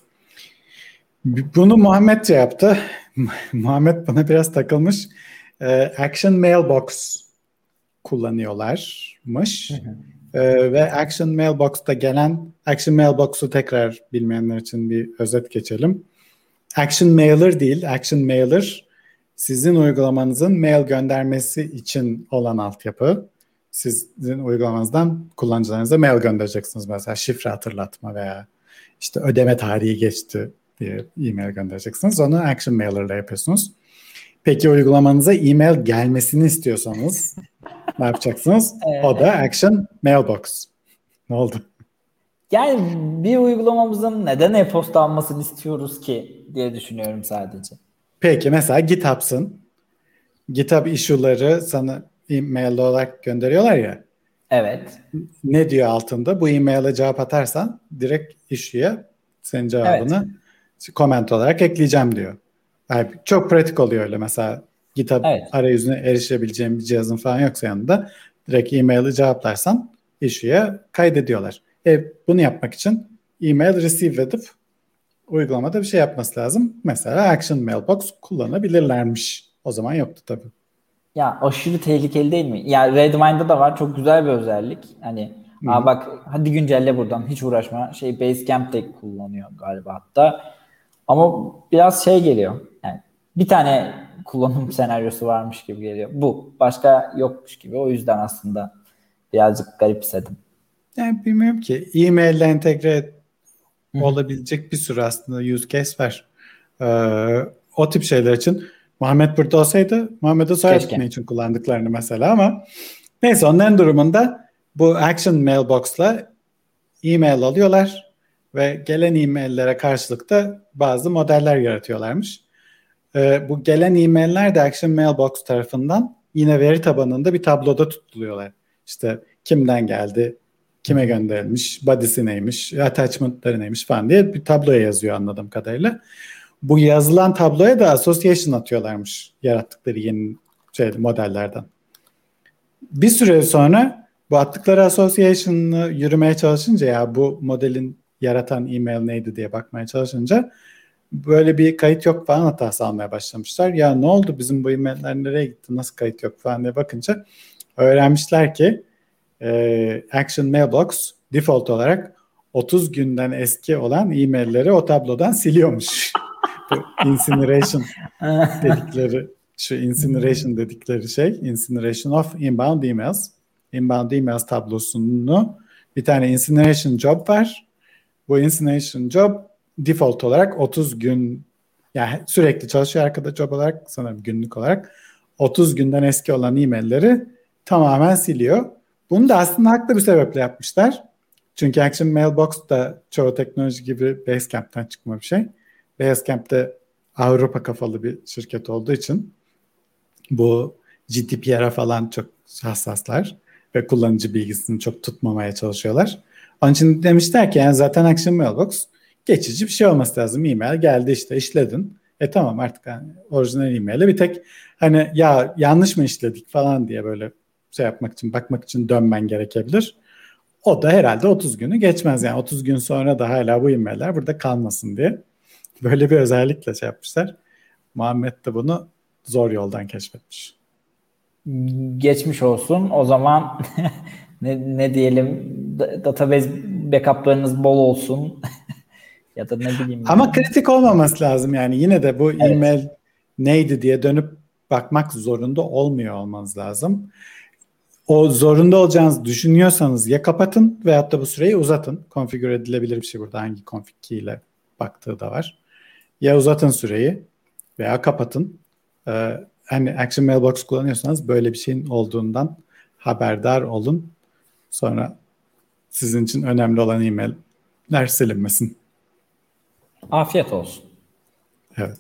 Bunu Muhammed yaptı. Muhammed bana biraz takılmış. Ee, Action Mailbox kullanıyorlarmış. Hı hı. Ee, ve Action Mailbox'ta gelen Action Mailbox'u tekrar bilmeyenler için bir özet geçelim. Action Mailer değil, Action Mailer sizin uygulamanızın mail göndermesi için olan altyapı. Sizin uygulamanızdan kullanıcılarınıza mail göndereceksiniz. Mesela şifre hatırlatma veya işte ödeme tarihi geçti diye e-mail göndereceksiniz. Onu Action Mailer'la yapıyorsunuz. Peki uygulamanıza e-mail gelmesini istiyorsanız ne yapacaksınız? O da Action Mailbox. Ne oldu? Yani bir uygulamamızın neden e-posta almasını istiyoruz ki diye düşünüyorum sadece. Peki mesela GitHub'sın. GitHub issue'ları sana e-mail olarak gönderiyorlar ya. Evet. Ne diyor altında? Bu e-mail'e cevap atarsan direkt issue'ya senin cevabını evet. comment olarak ekleyeceğim diyor. Yani çok pratik oluyor öyle. Mesela GitHub evet. arayüzüne erişebileceğin bir cihazın falan yoksa yanında direkt e-mail'i cevaplarsan issue'ya kaydediyorlar. E, bunu yapmak için e-mail receive edip uygulamada bir şey yapması lazım. Mesela Action Mailbox kullanabilirlermiş. O zaman yoktu tabii. Ya aşırı tehlikeli değil mi? Ya Redmine'da da var. Çok güzel bir özellik. Hani aa bak hadi güncelle buradan. Hiç uğraşma. Şey Basecamp de kullanıyor galiba hatta. Ama biraz şey geliyor. Yani bir tane kullanım senaryosu varmış gibi geliyor. Bu. Başka yokmuş gibi. O yüzden aslında birazcık garipsedim. Yani bilmiyorum ki. E-mail ile entegre olabilecek bir sürü aslında use case var. Ee, o tip şeyler için Muhammed burada olsaydı Muhammed'e sorardık ne için kullandıklarını mesela ama neyse onların durumunda bu Action Mailbox'la e-mail alıyorlar ve gelen e-maillere karşılık da bazı modeller yaratıyorlarmış. Ee, bu gelen e-mailler de Action Mailbox tarafından yine veri tabanında bir tabloda tutuluyorlar. İşte kimden geldi, kime gönderilmiş, body'si neymiş, attachment'ları neymiş falan diye bir tabloya yazıyor anladığım kadarıyla. Bu yazılan tabloya da association atıyorlarmış yarattıkları yeni şey, modellerden. Bir süre sonra bu attıkları association'ı yürümeye çalışınca ya bu modelin yaratan e-mail neydi diye bakmaya çalışınca böyle bir kayıt yok falan hatası almaya başlamışlar. Ya ne oldu bizim bu e-mailler nereye gitti nasıl kayıt yok falan diye bakınca öğrenmişler ki e, Action Mailbox default olarak otuz günden eski olan e-mailleri o tablodan siliyormuş. Bu incineration dedikleri şu incineration dedikleri şey incineration of inbound emails. Inbound emails tablosunu bir tane incineration job var. Bu incineration job default olarak otuz gün yani sürekli çalışıyor arkada job olarak sanırım günlük olarak otuz günden eski olan e-mailleri tamamen siliyor. Bunu da aslında haklı bir sebeple yapmışlar. Çünkü Action Mailbox da çoğu teknoloji gibi Basecamp'ten çıkma bir şey. Basecamp'te Avrupa kafalı bir şirket olduğu için bu G D P R'a falan çok hassaslar ve kullanıcı bilgisini çok tutmamaya çalışıyorlar. Onun için demişler ki yani zaten Action Mailbox geçici bir şey olması lazım. E-mail geldi işte işledin. E tamam artık yani orijinal e-mail'e bir tek hani ya yanlış mı işledik falan diye böyle şey yapmak için bakmak için dönmen gerekebilir. O da herhalde otuz günü geçmez yani otuz gün sonra da hala bu e-mailler burada kalmasın diye. Böyle bir özellikle şey yapmışlar. Muhammed de bunu zor yoldan keşfetmiş. Geçmiş olsun. O zaman ne, ne diyelim database backup'larınız bol olsun. Ya da ne bileyim. Ama Yani. kritik olmaması lazım yani. Yine de bu Evet. e-mail neydi diye dönüp bakmak zorunda olmuyor olmanız lazım. O zorunda olacağınızı düşünüyorsanız ya kapatın veyahut da bu süreyi uzatın. Konfigür edilebilir bir şey burada hangi config key ile baktığı da var. Ya uzatın süreyi veya kapatın. Ee, hani Action Mailbox kullanıyorsanız böyle bir şeyin olduğundan haberdar olun. Sonra sizin için önemli olan e-mailler silinmesin. Afiyet olsun. Evet.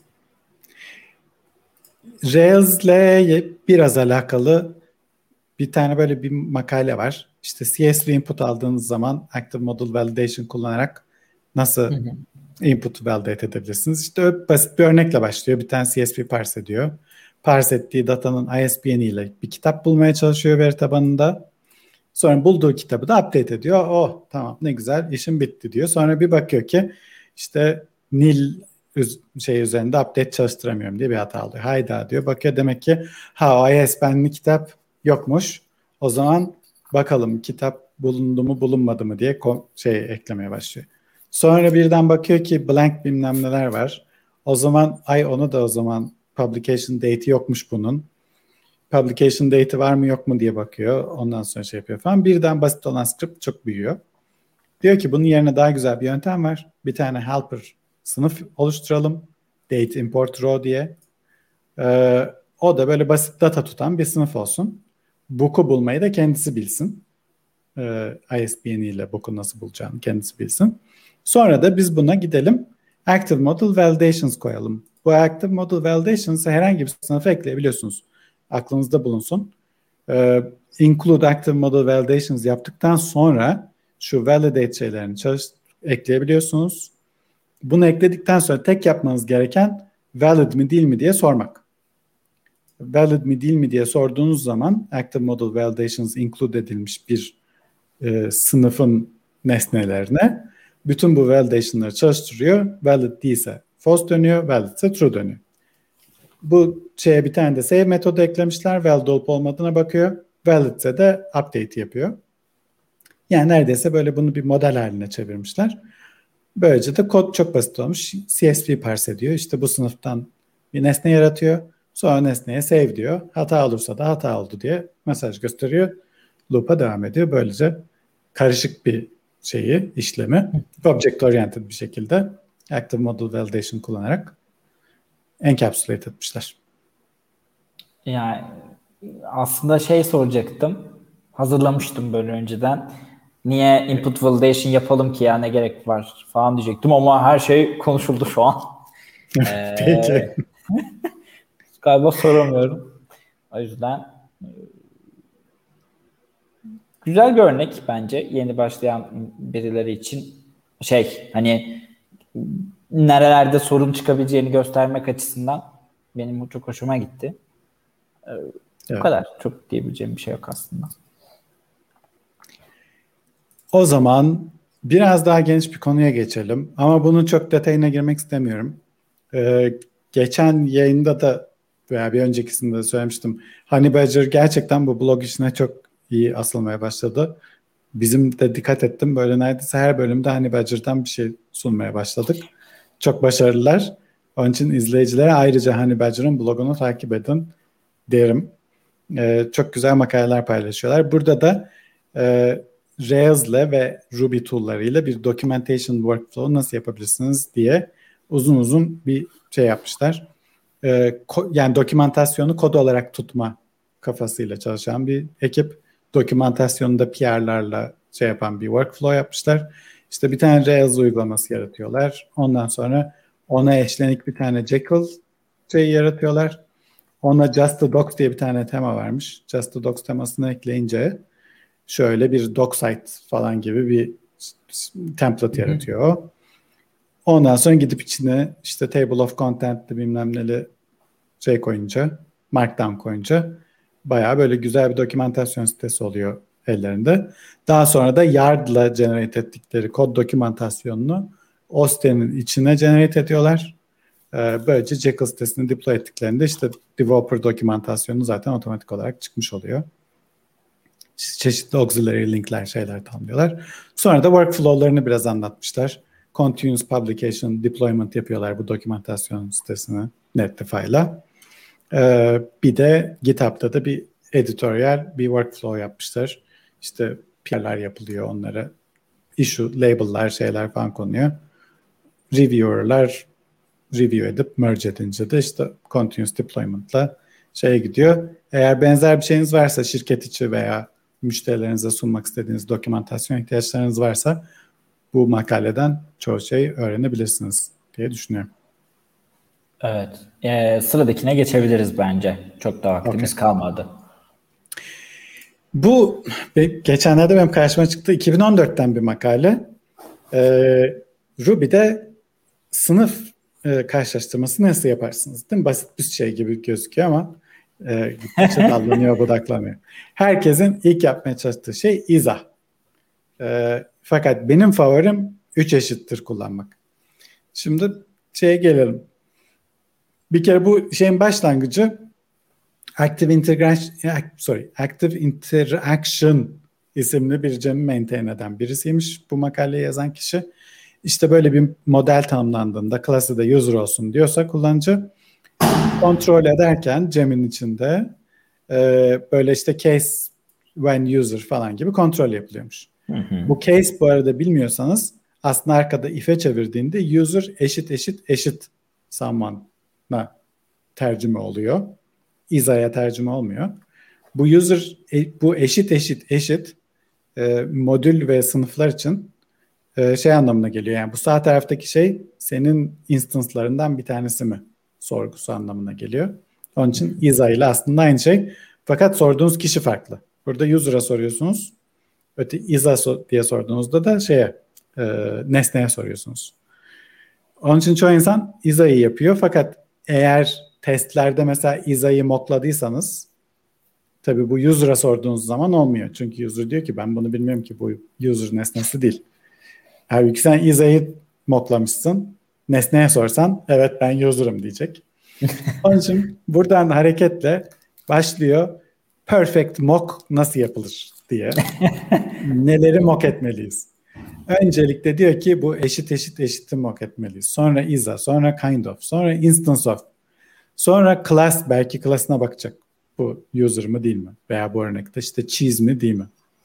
Rails'le biraz alakalı bir tane böyle bir makale var. İşte C S V input aldığınız zaman Active Model Validation kullanarak nasıl hı hı. input'u validate edebilirsiniz? İşte basit bir örnekle başlıyor. Bir tane C S V parse ediyor. Parse ettiği datanın I S B N ile bir kitap bulmaya çalışıyor veri tabanında. Sonra bulduğu kitabı da update ediyor. Oh tamam ne güzel işim bitti diyor. Sonra bir bakıyor ki işte nil şey üzerinde update çalıştıramıyorum diye bir hata alıyor. Hayda diyor. Bakıyor demek ki ha o I S B N'li kitap yokmuş. O zaman bakalım kitap bulundu mu bulunmadı mı diye şey eklemeye başlıyor. Sonra birden bakıyor ki blank bilmem neler var. O zaman ay onu da o zaman publication date'i yokmuş bunun. Publication date'i var mı yok mu diye bakıyor. Ondan sonra şey yapıyor falan. Birden basit olan script çok büyüyor. Diyor ki bunun yerine daha güzel bir yöntem var. Bir tane helper sınıf oluşturalım. Date import row diye. Ee, o da böyle basit data tutan bir sınıf olsun. Book'u bulmayı da kendisi bilsin. Ee, I S B N ile book'u nasıl bulacağını kendisi bilsin. Sonra da biz buna gidelim. Active Model Validations koyalım. Bu Active Model Validations'ı herhangi bir sınıfa ekleyebiliyorsunuz. Aklınızda bulunsun. Ee, include Active Model Validations yaptıktan sonra şu validate şeylerini çalış, ekleyebiliyorsunuz. Bunu ekledikten sonra tek yapmanız gereken valid mi değil mi diye sormak. Valid mi değil mi diye sorduğunuz zaman Active Model Validations include edilmiş bir e, sınıfın nesnelerine. Bütün bu validation'ları çalıştırıyor. Valid değilse false dönüyor, valid ise true dönüyor. Bu şeye bir tane de save metodu eklemişler. Valid olup olmadığına bakıyor. Valid ise de update yapıyor. Yani neredeyse böyle bunu bir model haline çevirmişler. Böylece de kod çok basit olmuş. C S V parse ediyor. İşte bu sınıftan bir nesne yaratıyor. Sonra nesneye save diyor. Hata olursa da hata oldu diye mesaj gösteriyor. Loop'a devam ediyor. Böylece karışık bir şeyi, işlemi object oriented bir şekilde active model validation kullanarak encapsulate etmişler. Yani aslında şey soracaktım. Hazırlamıştım böyle önceden. Niye input validation yapalım ki ya, ne gerek var falan diyecektim ama her şey konuşuldu şu an. ee, Peki. Galiba soramıyorum. O yüzden güzel bir örnek bence yeni başlayan birileri için. Şey hani nerelerde sorun çıkabileceğini göstermek açısından benim çok hoşuma gitti. Ee, Evet. Bu kadar. Çok diyebileceğim bir şey yok aslında. O zaman biraz daha geniş bir konuya geçelim. Ama bunun çok detayına girmek istemiyorum. Ee, geçen yayında da veya bir öncekisinde de söylemiştim. Honey Badger gerçekten bu blog işine çok iyi asılmaya başladı. Bizim de dikkat ettim. Böyle neredeyse her bölümde Honey Badger'dan bir şey sunmaya başladık. Çok başarılılar. Onun için izleyicilere ayrıca Honey Badger'ın blogunu takip edin derim. Ee, çok güzel makaleler paylaşıyorlar. Burada da e, Rails'le ve Ruby tool'larıyla bir documentation workflow nasıl yapabilirsiniz diye uzun uzun bir şey yapmışlar. Ee, ko- yani dokümantasyonu kod olarak tutma kafasıyla çalışan bir ekip. Dokümantasyonunda P R'larla şey yapan bir workflow yapmışlar. İşte bir tane Rails uygulaması yaratıyorlar. Ondan sonra ona eşlenik bir tane Jekyll şey yaratıyorlar. Ona Just the Docs diye bir tane tema varmış. Just the Docs temasını ekleyince şöyle bir DocSite falan gibi bir template Hı hı. yaratıyor. Ondan sonra gidip içine işte table of content'li bilmem neli şey koyunca, markdown koyunca bayağı böyle güzel bir dokümantasyon sitesi oluyor ellerinde. Daha sonra da Yard'la generate ettikleri kod dokümantasyonunu o sitenin içine generate ediyorlar. Böylece Jekyll sitesini deploy ettiklerinde işte developer dokümantasyonu zaten otomatik olarak çıkmış oluyor. Çeşitli auxiliary linkler, şeyler tanımlıyorlar. Sonra da workflow'larını biraz anlatmışlar. Continuous publication, deployment yapıyorlar bu dokümantasyon sitesine Netlify'la. Ee, bir de GitHub'da da bir editorial, bir workflow yapmışlar. İşte P R'ler yapılıyor onlara. Issue, label'lar, şeyler falan konuyor. Reviewer'lar review edip merge edince de işte continuous deployment'la şeye gidiyor. Eğer benzer bir şeyiniz varsa şirket içi veya müşterilerinize sunmak istediğiniz dokümantasyon ihtiyaçlarınız varsa bu makaleden çoğu şey öğrenebilirsiniz diye düşünüyorum. Evet. Ee, sıradakine geçebiliriz bence. Çok da vaktimiz okay. kalmadı. Bu geçenlerde benim karşıma çıktı. iki bin on dörtten bir makale. Ee, Ruby'de sınıf e, karşılaştırması nasıl yaparsınız? Değil mi? Basit bir şey gibi gözüküyor ama e, gittikçe dallanıyor, budaklanıyor. Herkesin ilk yapmaya çalıştığı şey izah. E, fakat benim favorim üç eşittir kullanmak. Şimdi şeye gelelim. Bir kere bu şeyin başlangıcı Active Integration, sorry, Active Interaction isimli bir gemi maintain eden birisiymiş bu makaleyi yazan kişi. İşte böyle bir model tanımlandığında klası da user olsun diyorsa kullanıcı kontrol ederken gemin içinde e, böyle işte case when user falan gibi kontrol yapılıyormuş. Hı hı. Bu case bu arada bilmiyorsanız aslında arkada if'e çevirdiğinde user eşit eşit eşit someone'a tercüme oluyor. İza'ya tercüme olmuyor. Bu user bu eşit eşit eşit e, modül ve sınıflar için e, şey anlamına geliyor. Yani bu sağ taraftaki şey senin instance'larından bir tanesi mi sorgusu anlamına geliyor. Onun için İza ile aslında aynı şey. Fakat sorduğunuz kişi farklı. Burada user'a soruyorsunuz. Öte İza so- diye sorduğunuzda da şeye e, nesneye soruyorsunuz. Onun için çoğu insan İza'yı yapıyor. Fakat eğer testlerde mesela İza'yı mockladıysanız Tabii bu user'a sorduğunuz zaman olmuyor. Çünkü user diyor ki ben bunu bilmiyorum ki, bu user nesnesi değil. Halbuki sen Isa'yı mocklamışsın. Nesneye sorsan evet ben user'ım diyecek. Onun için buradan hareketle başlıyor. Perfect mock nasıl yapılır diye. Neleri mock etmeliyiz? Öncelikle diyor ki bu eşit eşit eşiti mock etmeliyiz. Sonra Isa, sonra kind of, sonra instance of. Sonra class, belki class'ına bakacak. Bu user mı değil mi? Veya bu örnekte işte cheese mi değil mi?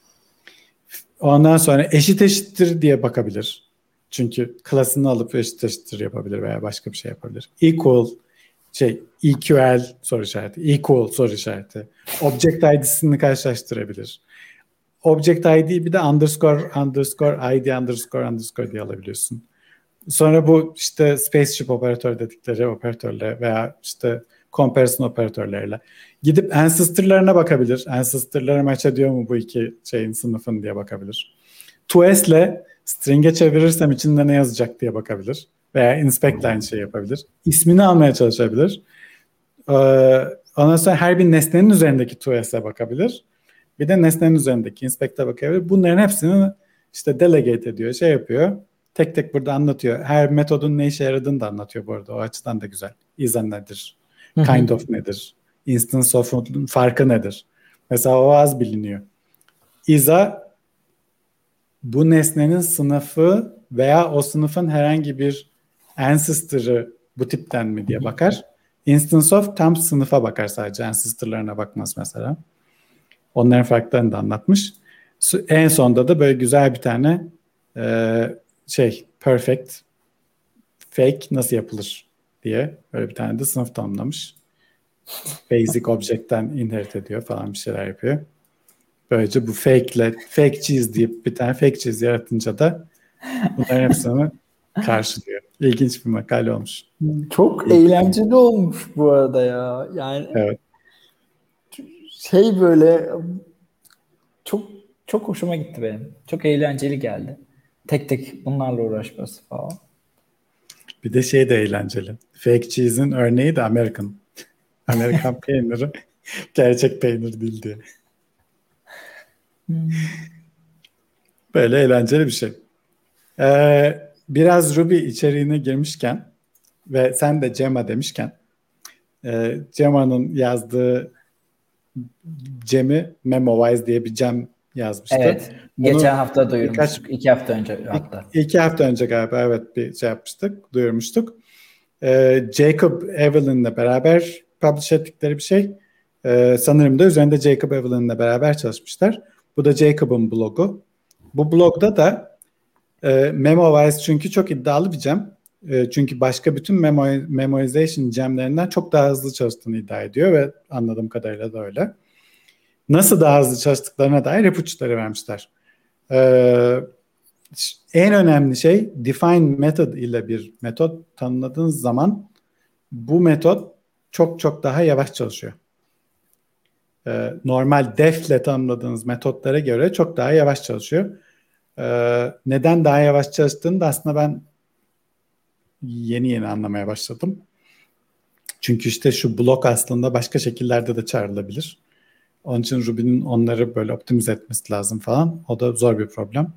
Ondan sonra eşit eşittir diye bakabilir. Çünkü class'ını alıp eşit eşittir yapabilir veya başka bir şey yapabilir. Equal, şey E Q L soru işareti, equal soru işareti. Object I D'sini karşılaştırabilir. Object I D bir de underscore underscore I D underscore underscore diye alabiliyorsun. Sonra bu işte spaceship operatör dedikleri operatörle veya işte comparison operatörleriyle gidip ancestor'larına bakabilir. Ancestor'ları match ediyor mu bu iki şeyin, sınıfın diye bakabilir. toS'le string'e çevirirsem içinde ne yazacak diye bakabilir. Veya inspect aynı şey yapabilir. İsmini almaya çalışabilir. Ee, ondan sonra her bir nesnenin üzerindeki toS'e bakabilir. Bir de nesnenin üzerindeki inspect'e bakabilir. Bunların hepsini işte delegate ediyor, şey yapıyor. Tek tek burada anlatıyor. Her metodun ne işe yaradığını da anlatıyor bu arada. O açıdan da güzel. Isa nedir? Kind of nedir? Instance of'un farkı nedir? Mesela o az biliniyor. Isa bu nesnenin sınıfı veya o sınıfın herhangi bir ancestor'ı bu tipten mi diye bakar. Instance of tam sınıfa bakar sadece. Ancestor'larına bakmaz mesela. Onların farklarını da anlatmış. En sonda da böyle güzel bir tane e, şey perfect fake nasıl yapılır diye böyle bir tane de sınıf tanımlamış. Basic object'ten inherit ediyor falan, bir şeyler yapıyor. Böylece bu fake'le fake cheese deyip bir tane fake cheese yaratınca da bunların hepsini karşılıyor. İlginç bir makale olmuş. Çok İlginç. Eğlenceli olmuş bu arada ya. Yani evet. Şey böyle çok çok hoşuma gitti benim. Çok eğlenceli geldi. Tek tek bunlarla uğraşması falan. Bir de şey de eğlenceli. Fake cheese'in örneği de American. Amerikan peyniri gerçek peynir değil diye. Hmm. Böyle eğlenceli bir şey. Ee, biraz Ruby içeriğine girmişken ve sen de Gemma demişken e, Gemma'nın yazdığı Gem'i Memowise diye bir gem yazmıştı. Evet. Bunu geçen hafta duyurmuştuk. Birkaç, iki hafta önce hatta. İki hafta önce galiba evet bir şey yapmıştık, duyurmuştuk. Ee, Jacob Evelyn'le beraber publish ettikleri bir şey. Ee, sanırım da üzerinde Jacob Evelyn'le beraber çalışmışlar. Bu da Jacob'un blogu. Bu blogda da e, Memowise çünkü çok iddialı bir gem. E, çünkü başka bütün memo, memoization gemlerinden çok daha hızlı çalıştığını iddia ediyor ve anladığım kadarıyla da öyle. Nasıl daha hızlı çalıştıklarına dair ipuçları vermişler. Ee, en önemli şey define method ile bir metot tanımladığınız zaman bu metot çok çok daha yavaş çalışıyor. Ee, normal def ile tanımladığınız metotlara göre çok daha yavaş çalışıyor. Ee, neden daha yavaş çalıştığını da aslında ben yeni yeni anlamaya başladım. Çünkü işte şu blok aslında başka şekillerde de çağrılabilir. Onun için Ruby'nin onları böyle optimize etmesi lazım falan. O da zor bir problem.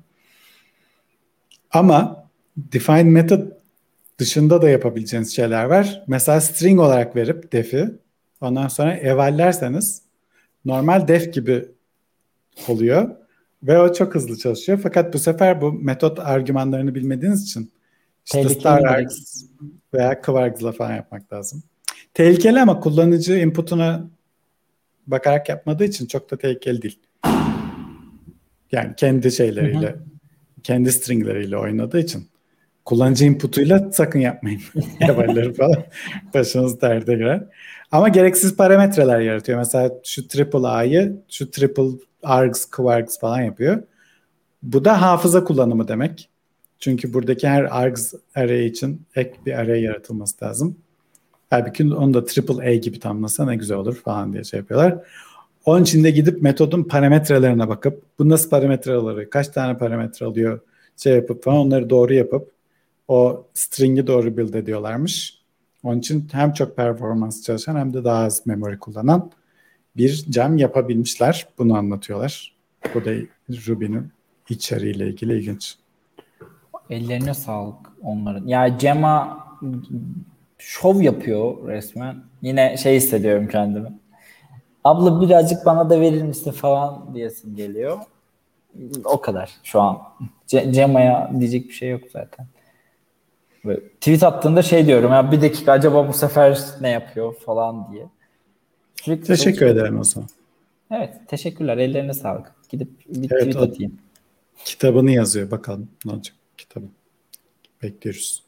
Ama define method dışında da yapabileceğiniz şeyler var. Mesela string olarak verip def'i ondan sonra evallerseniz normal def gibi oluyor ve o çok hızlı çalışıyor. Fakat bu sefer bu metot argümanlarını bilmediğiniz için işte starargs veya kvargs'la falan yapmak lazım. Tehlikeli ama kullanıcı input'una bakarak yapmadığı için çok da tehlikeli değil. Yani kendi şeyleriyle, hı hı. kendi stringleriyle oynadığı için. Kullanıcı inputuyla sakın yapmayın. Evalleri falan başınız derde girer. Ama gereksiz parametreler yaratıyor. Mesela şu triple A'yı şu triple args, kvargs falan yapıyor. Bu da hafıza kullanımı demek. Çünkü buradaki her args array için ek bir array yaratılması lazım. Halbuki onu da triple A gibi tanımlasa ne güzel olur falan diye şey yapıyorlar. Onun için de gidip metodun parametrelerine bakıp bu nasıl parametre alıyor, kaç tane parametre alıyor şey yapıp falan onları doğru yapıp o string'i doğru build ediyorlarmış. Onun için hem çok performans çalışan hem de daha az memory kullanan bir gem yapabilmişler. Bunu anlatıyorlar. Bu da Ruby'nin içeriğiyle ilgili ilginç. Ellerine sağlık onların. Ya Gemma şov yapıyor resmen. Yine şey hissediyorum kendimi. Abla birazcık bana da verir misin falan diyesim geliyor. O kadar şu an. C- Gemma'ya diyecek bir şey yok zaten. Böyle tweet attığında şey diyorum ya, bir dakika acaba bu sefer ne yapıyor falan diye. Sürekli Teşekkür çalışıyor. ederim o zaman. Evet, teşekkürler. Ellerine sağlık. Gidip bir Evet, tweet o atayım. kitabını yazıyor. Bakalım ne olacak kitabı. Bekliyoruz.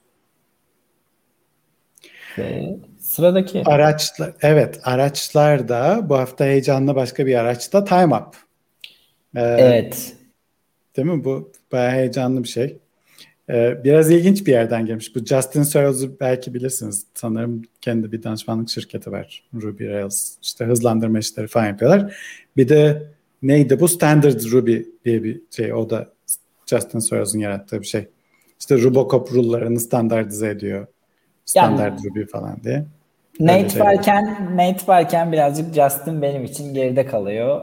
Ve sıradaki. Araçlar, evet, araçlarda bu hafta heyecanlı başka bir araçta Time Up. Ee, Evet. Değil mi? Bu bayağı heyecanlı bir şey. Ee, biraz ilginç bir yerden gelmiş. Bu Justin Searles'ı belki bilirsiniz. Sanırım kendi bir danışmanlık şirketi var. Ruby Rails. İşte hızlandırma işleri falan yapıyorlar. Bir de neydi bu? Standard Ruby diye bir şey. O da Justin Searles'ın yarattığı bir şey. İşte Robocop rule'larını standartize ediyor. Yani Standard Ruby falan diye. Öyle Nate şeyler. varken Nate varken birazcık Justin benim için geride kalıyor.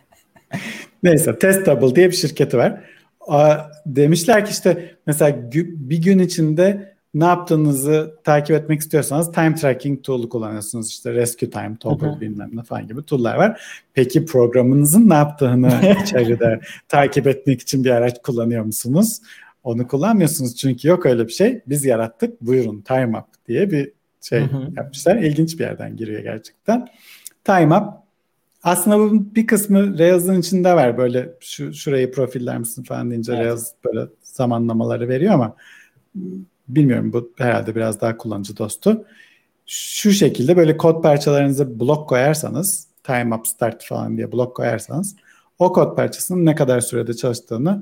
Neyse, Testable diye bir şirketi var. Aa, demişler ki işte mesela gü- bir gün içinde ne yaptığınızı takip etmek istiyorsanız time tracking tool'u kullanıyorsunuz. İşte Rescue Time, Toggle bilmem ne falan gibi tool'lar var. Peki programınızın ne yaptığını içeride takip etmek için bir araç kullanıyor musunuz? Onu kullanmıyorsunuz çünkü yok öyle bir şey. Biz yarattık. Buyurun Time Up diye bir şey yapmışlar. İlginç bir yerden giriyor gerçekten. Time Up aslında bu bir kısmı Rails'ın içinde var. Böyle şu şurayı profiller misin falan deyince Evet. Rails böyle zamanlamaları veriyor ama bilmiyorum, bu herhalde biraz daha kullanıcı dostu. Şu şekilde böyle kod parçalarınızı blok koyarsanız, time up start falan diye blok koyarsanız o kod parçasının ne kadar sürede çalıştığını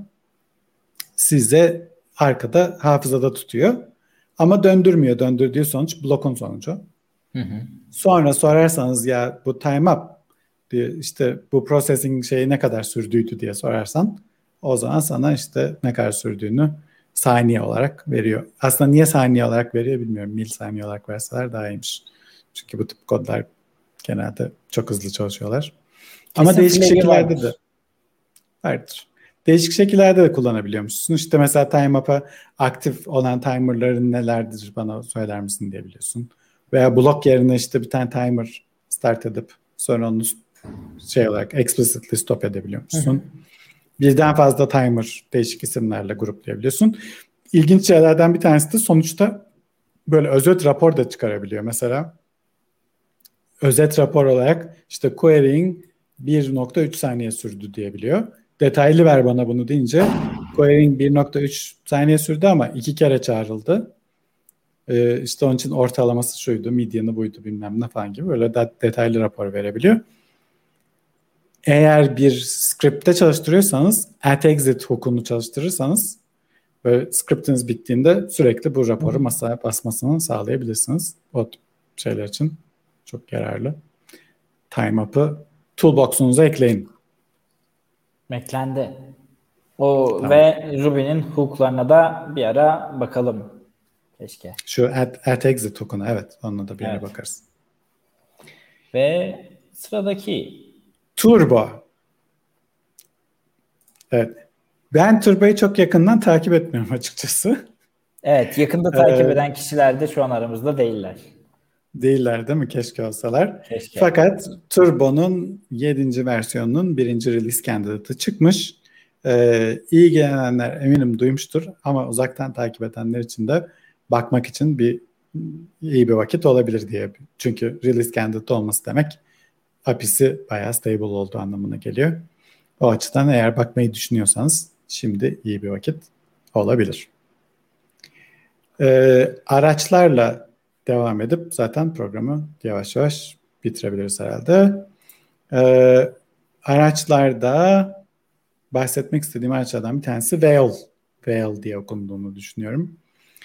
size arkada hafızada tutuyor. Ama döndürmüyor. Döndürdüğü sonuç blokun sonucu. Hı hı. Sonra sorarsanız ya bu time up diye, işte bu processing şeyi ne kadar sürdüydü diye sorarsan o zaman sana işte ne kadar sürdüğünü saniye olarak veriyor. Aslında niye saniye olarak veriyor bilmiyorum. Milisaniye olarak verseler daha iyiymiş. Çünkü bu tip kodlar genelde çok hızlı çalışıyorlar. Ama Kesin değişik flag'i şekillerde vardır. de vardır. Değişik şekillerde de kullanabiliyormuşsun. İşte mesela time up'a aktif olan timerların nelerdir bana söyler misin diyebiliyorsun. Veya blok yerine işte bir tane timer start edip sonra onu şey olarak explicitly stop edebiliyormuşsun. Birden fazla timer değişik isimlerle gruplayabiliyorsun. İlginç şeylerden bir tanesi de sonuçta böyle özet rapor da çıkarabiliyor. Mesela özet rapor olarak işte querying bir nokta üç saniye sürdü diyebiliyor. Detaylı ver bana bunu deyince querying bir nokta üç saniye sürdü ama iki kere çağrıldı. Ee, işte onun için ortalaması şuydu, median'ı buydu bilmem ne falan gibi böyle da detaylı rapor verebiliyor. Eğer bir script'te çalıştırıyorsanız at exit hook'unu çalıştırırsanız böyle script'iniz bittiğinde sürekli bu raporu masaya basmasını sağlayabilirsiniz. O şeyler için çok yararlı. Time up'ı toolbox'unuza ekleyin. Eklendi. O Tamam. ve Ruby'nin hook'larına da bir ara bakalım. Keşke. Şu at, at exit hook'una, evet, onunla da bir ara Evet. bakarız. Ve sıradaki. Turbo. Evet. Ben Turbo'yu çok yakından takip etmiyorum açıkçası. Evet, yakında takip Ee, eden kişiler de şu an aramızda değiller. Değiller değil mi? Keşke olsalar. Keşke. Fakat Turbo'nun yedinci versiyonunun birinci release candidate'ı çıkmış. Ee, iyi gelenler eminim duymuştur ama uzaktan takip edenler için de bakmak için bir iyi bir vakit olabilir diye. Çünkü release candidate olması demek A P I'si bayağı stable olduğu anlamına geliyor. O açıdan eğer bakmayı düşünüyorsanız şimdi iyi bir vakit olabilir. Ee, araçlarla devam edip zaten programı yavaş yavaş bitirebiliriz herhalde. Ee, araçlarda bahsetmek istediğim araçlardan bir tanesi Veil. Veil diye okunduğunu düşünüyorum.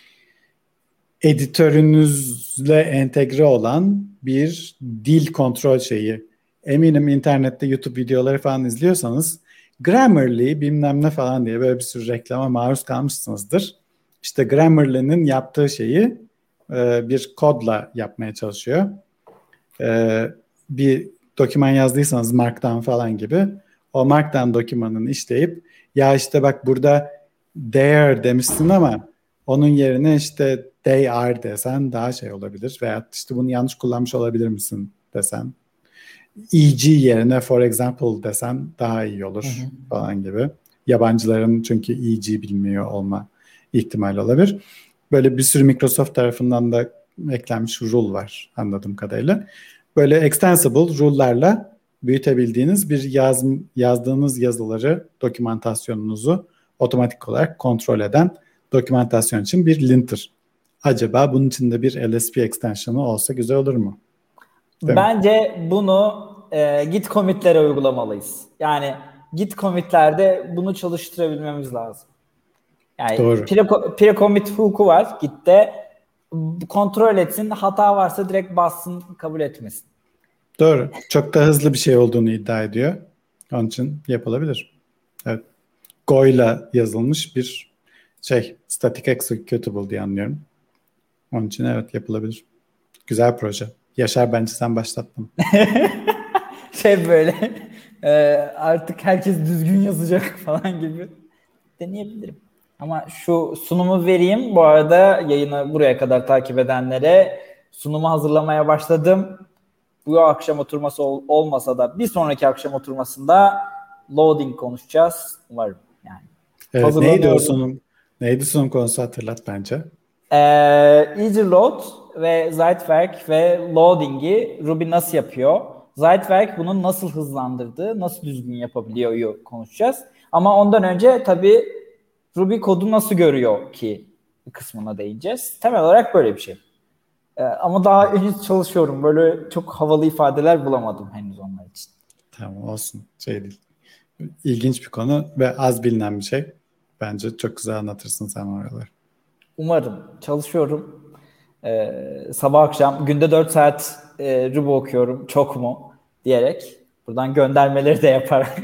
Editörünüzle entegre olan bir dil kontrol şeyi. Eminim internette YouTube videoları falan izliyorsanız Grammarly bilmem ne falan diye böyle bir sürü reklama maruz kalmışsınızdır. İşte Grammarly'nin yaptığı şeyi e, bir kodla yapmaya çalışıyor. E, bir doküman yazdıysanız Markdown falan gibi o Markdown dokümanını işleyip ya işte bak burada they are demişsin ama onun yerine işte they are desen daha şey olabilir veya işte bunu yanlış kullanmış olabilir misin desen E G yerine for example desen daha iyi olur hı hı. falan gibi. Yabancıların çünkü E G bilmiyor olma ihtimali olabilir. Böyle bir sürü Microsoft tarafından da eklenmiş rule var anladığım kadarıyla. Böyle extensible rule'larla büyütebildiğiniz bir yaz, yazdığınız yazıları, dokümantasyonunuzu otomatik olarak kontrol eden dokümantasyon için bir linter. Acaba bunun içinde bir L S P extension'ı olsa güzel olur mu? Değil Bence mi? bunu e, Git commit'lere uygulamalıyız. Yani Git commit'lerde bunu çalıştırabilmemiz lazım. Yani Doğru. Pre-commit hook'u var Git'te. Kontrol etsin. Hata varsa direkt bassın, kabul etmesin. Doğru. Çok da hızlı bir şey olduğunu iddia ediyor. Onun için yapılabilir. Evet. Go'yla yazılmış bir şey, static executable diye anlıyorum. Onun için evet yapılabilir. Güzel proje. Yaşar bence sen başlattın. şey böyle e, artık herkes düzgün yazacak falan gibi deneyebilirim. Ama şu sunumu vereyim. Bu arada yayını buraya kadar takip edenlere sunumu hazırlamaya başladım. Bu akşam oturması ol, olmasa da bir sonraki akşam oturmasında loading konuşacağız. Umarım yani. Evet, neydi o sunum? Neydi sunum konusu hatırlat bence. Ee, Easy Load ve Zeitwerk ve Loading'i Ruby nasıl yapıyor? Zeitwerk bunu nasıl hızlandırdı, nasıl düzgün yapabiliyor konuşacağız. Ama ondan önce tabii Ruby kodu nasıl görüyor ki kısmına değineceğiz. Temel olarak böyle bir şey. Ee, ama daha henüz çalışıyorum. Böyle çok havalı ifadeler bulamadım henüz onlar için. Tamam olsun. Şey değil. İlginç bir konu ve az bilinen bir şey. Bence çok güzel anlatırsın sen oraları. Umarım. Çalışıyorum. Ee, sabah akşam günde dört saat e, Ruby okuyorum. Çok mu? Diyerek. Buradan göndermeleri de yaparak.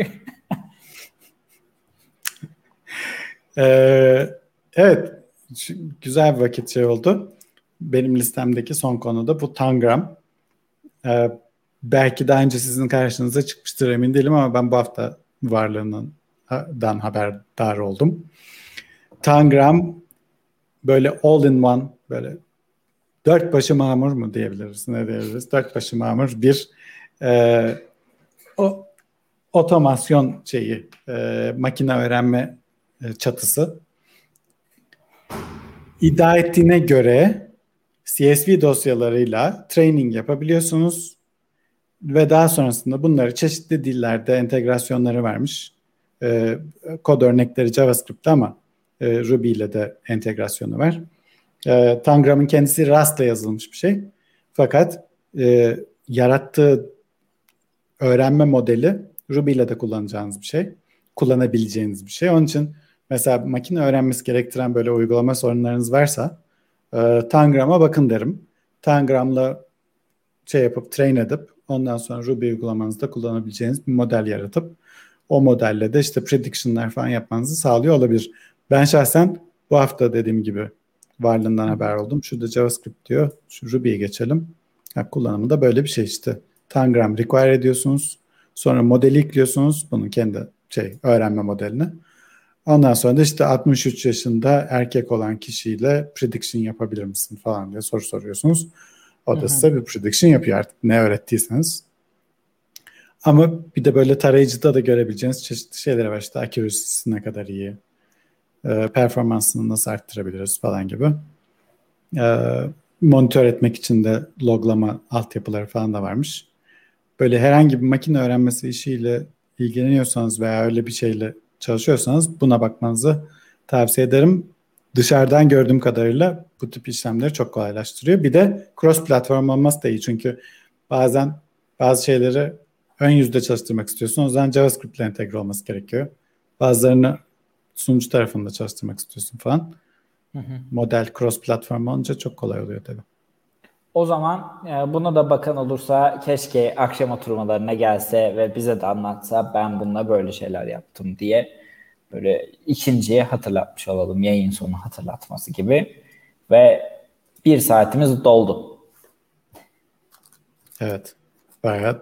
ee, evet. Güzel bir vakit şey oldu. Benim listemdeki son konu da bu Tangram. Ee, belki daha önce sizin karşınıza çıkmıştır emin değilim ama ben bu hafta varlığından haberdar oldum. Tangram böyle all in one, böyle dört başı mamur mu diyebiliriz, ne diyebiliriz? Dört başı mamur bir e, o otomasyon şeyi, e, makine öğrenme e, çatısı. İddia ettiğine göre C S V dosyalarıyla training yapabiliyorsunuz ve daha sonrasında bunları çeşitli dillerde entegrasyonları vermiş. E, kod örnekleri JavaScript'te ama e, Ruby ile de entegrasyonu var. E, Tangram'ın kendisi Rust'la yazılmış bir şey. Fakat e, yarattığı öğrenme modeli Ruby ile de kullanacağınız bir şey. Kullanabileceğiniz bir şey. Onun için mesela makine öğrenmesi gerektiren böyle uygulama sorunlarınız varsa e, Tangram'a bakın derim. Tangram'la şey yapıp train edip ondan sonra Ruby uygulamanızda kullanabileceğiniz bir model yaratıp o modelle de işte prediction'lar falan yapmanızı sağlıyor olabilir. Ben şahsen bu hafta dediğim gibi varlığından haber oldum. Şurada JavaScript diyor. Şu Ruby'ye geçelim. Ha, kullanımı da böyle bir şey işte. Tangram require ediyorsunuz. Sonra modeli yüklüyorsunuz. Bunun kendi şey öğrenme modelini. Ondan sonra da işte altmış üç yaşında erkek olan kişiyle prediction yapabilir misin falan diye soru soruyorsunuz. O da size bir prediction yapıyor artık ne öğrettiyseniz. Ama bir de böyle tarayıcıda da görebileceğiniz çeşitli şeyler var. İşte accuracy'si ne kadar iyi, e, performansını nasıl arttırabiliriz falan gibi. E, monitör etmek için de loglama altyapıları falan da varmış. Böyle herhangi bir makine öğrenmesi işiyle ilgileniyorsanız veya öyle bir şeyle çalışıyorsanız buna bakmanızı tavsiye ederim. Dışarıdan gördüğüm kadarıyla bu tip işlemleri çok kolaylaştırıyor. Bir de cross platform olması da iyi çünkü bazen bazı şeyleri ön yüzde çalıştırmak istiyorsun. O zaman JavaScript ile entegre olması gerekiyor. Bazılarını sunucu tarafında çalıştırmak istiyorsun falan. Hı hı. Model cross platform olunca çok kolay oluyor tabii. O zaman e, buna da bakan olursa keşke akşam oturmalarına gelse ve bize de anlatsa ben bununla böyle şeyler yaptım diye böyle ikinciye hatırlatmış olalım, yayın sonu hatırlatması gibi. Ve bir saatimiz doldu. Evet. Bayağı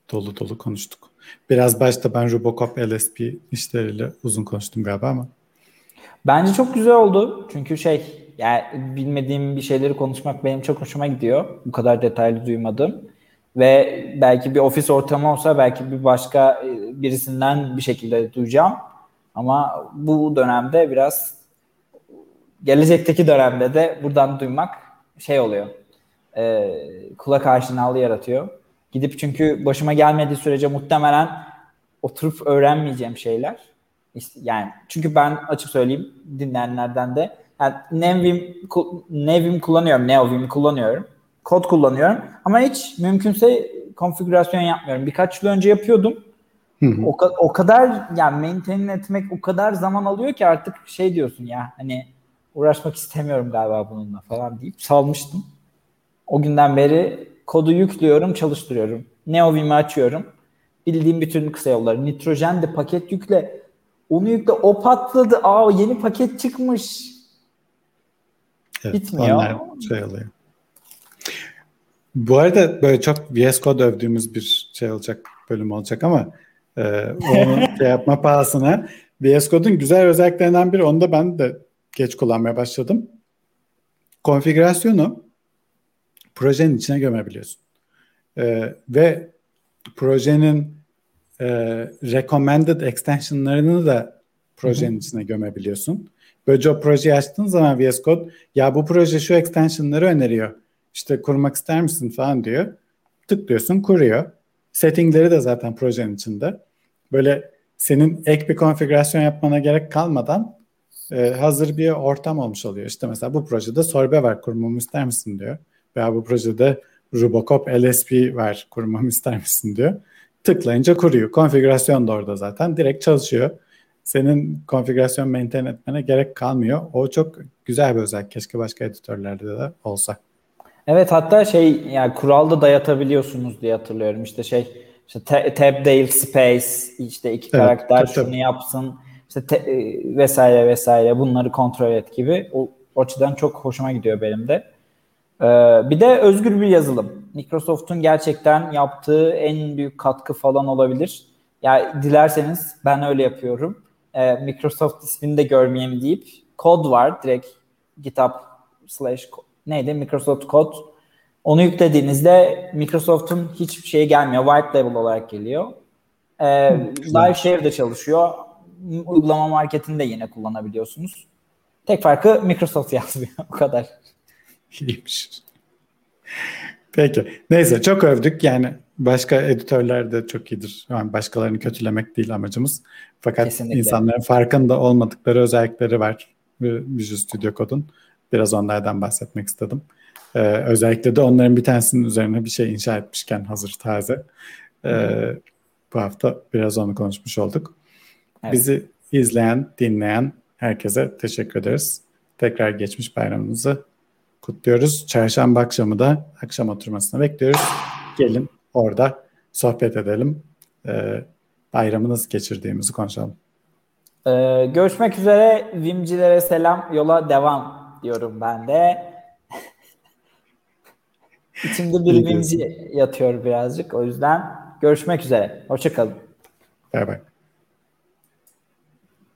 dolu dolu konuştuk. Biraz başta ben Robocop L S P işleriyle uzun konuştum galiba ama. Bence çok güzel oldu. Çünkü şey yani bilmediğim bir şeyleri konuşmak benim çok hoşuma gidiyor. Bu kadar detaylı duymadım. Ve belki bir ofis ortamı olsa belki bir başka birisinden bir şekilde duyacağım. Ama bu dönemde biraz gelecekteki dönemde de buradan duymak şey oluyor. E, kulak aşinalığı yaratıyor. Gidip çünkü başıma gelmediği sürece muhtemelen oturup öğrenmeyeceğim şeyler. İşte yani çünkü ben açık söyleyeyim dinleyenlerden de yani Nevim, Nevim kullanıyorum, Neovim kullanıyorum. Kod kullanıyorum ama hiç mümkünse konfigürasyon yapmıyorum. Birkaç yıl önce yapıyordum. Hı hı. O, o kadar yani maintain etmek o kadar zaman alıyor ki artık şey diyorsun ya hani uğraşmak istemiyorum galiba bununla falan deyip salmıştım. O günden beri kodu yüklüyorum, çalıştırıyorum. Neovim'i açıyorum. Bildiğim bütün kısa yolları. Nitrojen de paket yükle. Onu yükle. O patladı. Aa yeni paket çıkmış. Evet, Bitmiyor. onlar şey oluyor. Bu arada böyle çok V S Code övdüğümüz bir şey olacak, bölüm olacak ama e, onu şey yapma pahasına V S Code'un güzel özelliklerinden biri, onu da ben de geç kullanmaya başladım. Konfigürasyonu projenin içine gömebiliyorsun. E, ve projenin e, recommended extensionlarını da projenin Hı-hı. içine gömebiliyorsun. Böylece o projeyi açtığın zaman V S Code ya bu proje şu extensionları öneriyor. İşte kurmak ister misin falan diyor. Tıklıyorsun, kuruyor. Settingleri de zaten projenin içinde. Böyle senin ek bir konfigürasyon yapmana gerek kalmadan e, hazır bir ortam olmuş oluyor. İşte mesela bu projede Sorbe var, kurmamı ister misin diyor. Veya bu projede Robocop L S P var, kurmamı ister misin diyor. Tıklayınca kuruyor. Konfigürasyon da orada zaten. Direkt çalışıyor. Senin konfigürasyon maintain etmene gerek kalmıyor. O çok güzel bir özellik. Keşke başka editörlerde de olsa. Evet, hatta şey yani kuralda dayatabiliyorsunuz diye hatırlıyorum. İşte şey işte tab değil space, işte iki Evet, karakter tabii, şunu tabii. yapsın işte te, vesaire vesaire bunları kontrol et gibi. O, o açıdan çok hoşuma gidiyor benim de. Ee, bir de özgür bir yazılım. Microsoft'un gerçekten yaptığı en büyük katkı falan olabilir. Yani dilerseniz ben öyle yapıyorum. Ee, Microsoft ismini de görmeyeyim deyip kod var direkt GitHub slash neydi Microsoft Code. Onu yüklediğinizde Microsoft'un hiçbir şey gelmiyor. White label olarak geliyor. Ee, Live Share'de çalışıyor. Uygulama marketini de yine kullanabiliyorsunuz. Tek farkı Microsoft yazmıyor. O kadar. İyiymiş. Peki. Neyse, çok övdük. Yani başka editörler de çok iyidir. Yani başkalarını kötülemek değil amacımız. Fakat Kesinlikle. insanların farkında olmadıkları özellikleri var Visual Studio Code'un. Biraz onlardan bahsetmek istedim. Ee, özellikle de onların bir tanesinin üzerine bir şey inşa etmişken hazır taze. Ee, bu hafta biraz onu konuşmuş olduk. Evet. Bizi izleyen, dinleyen herkese teşekkür ederiz. Tekrar geçmiş bayramınızı kutluyoruz. Çarşamba akşamı da akşam oturmasına bekliyoruz. Gelin orada sohbet edelim. Ee, bayramı nasıl geçirdiğimizi konuşalım. Ee, görüşmek üzere. Vimcilere selam, yola devam diyorum ben de. İçimde bir Vimci yatıyor birazcık. O yüzden görüşmek üzere. Hoşça kalın. Bay bay.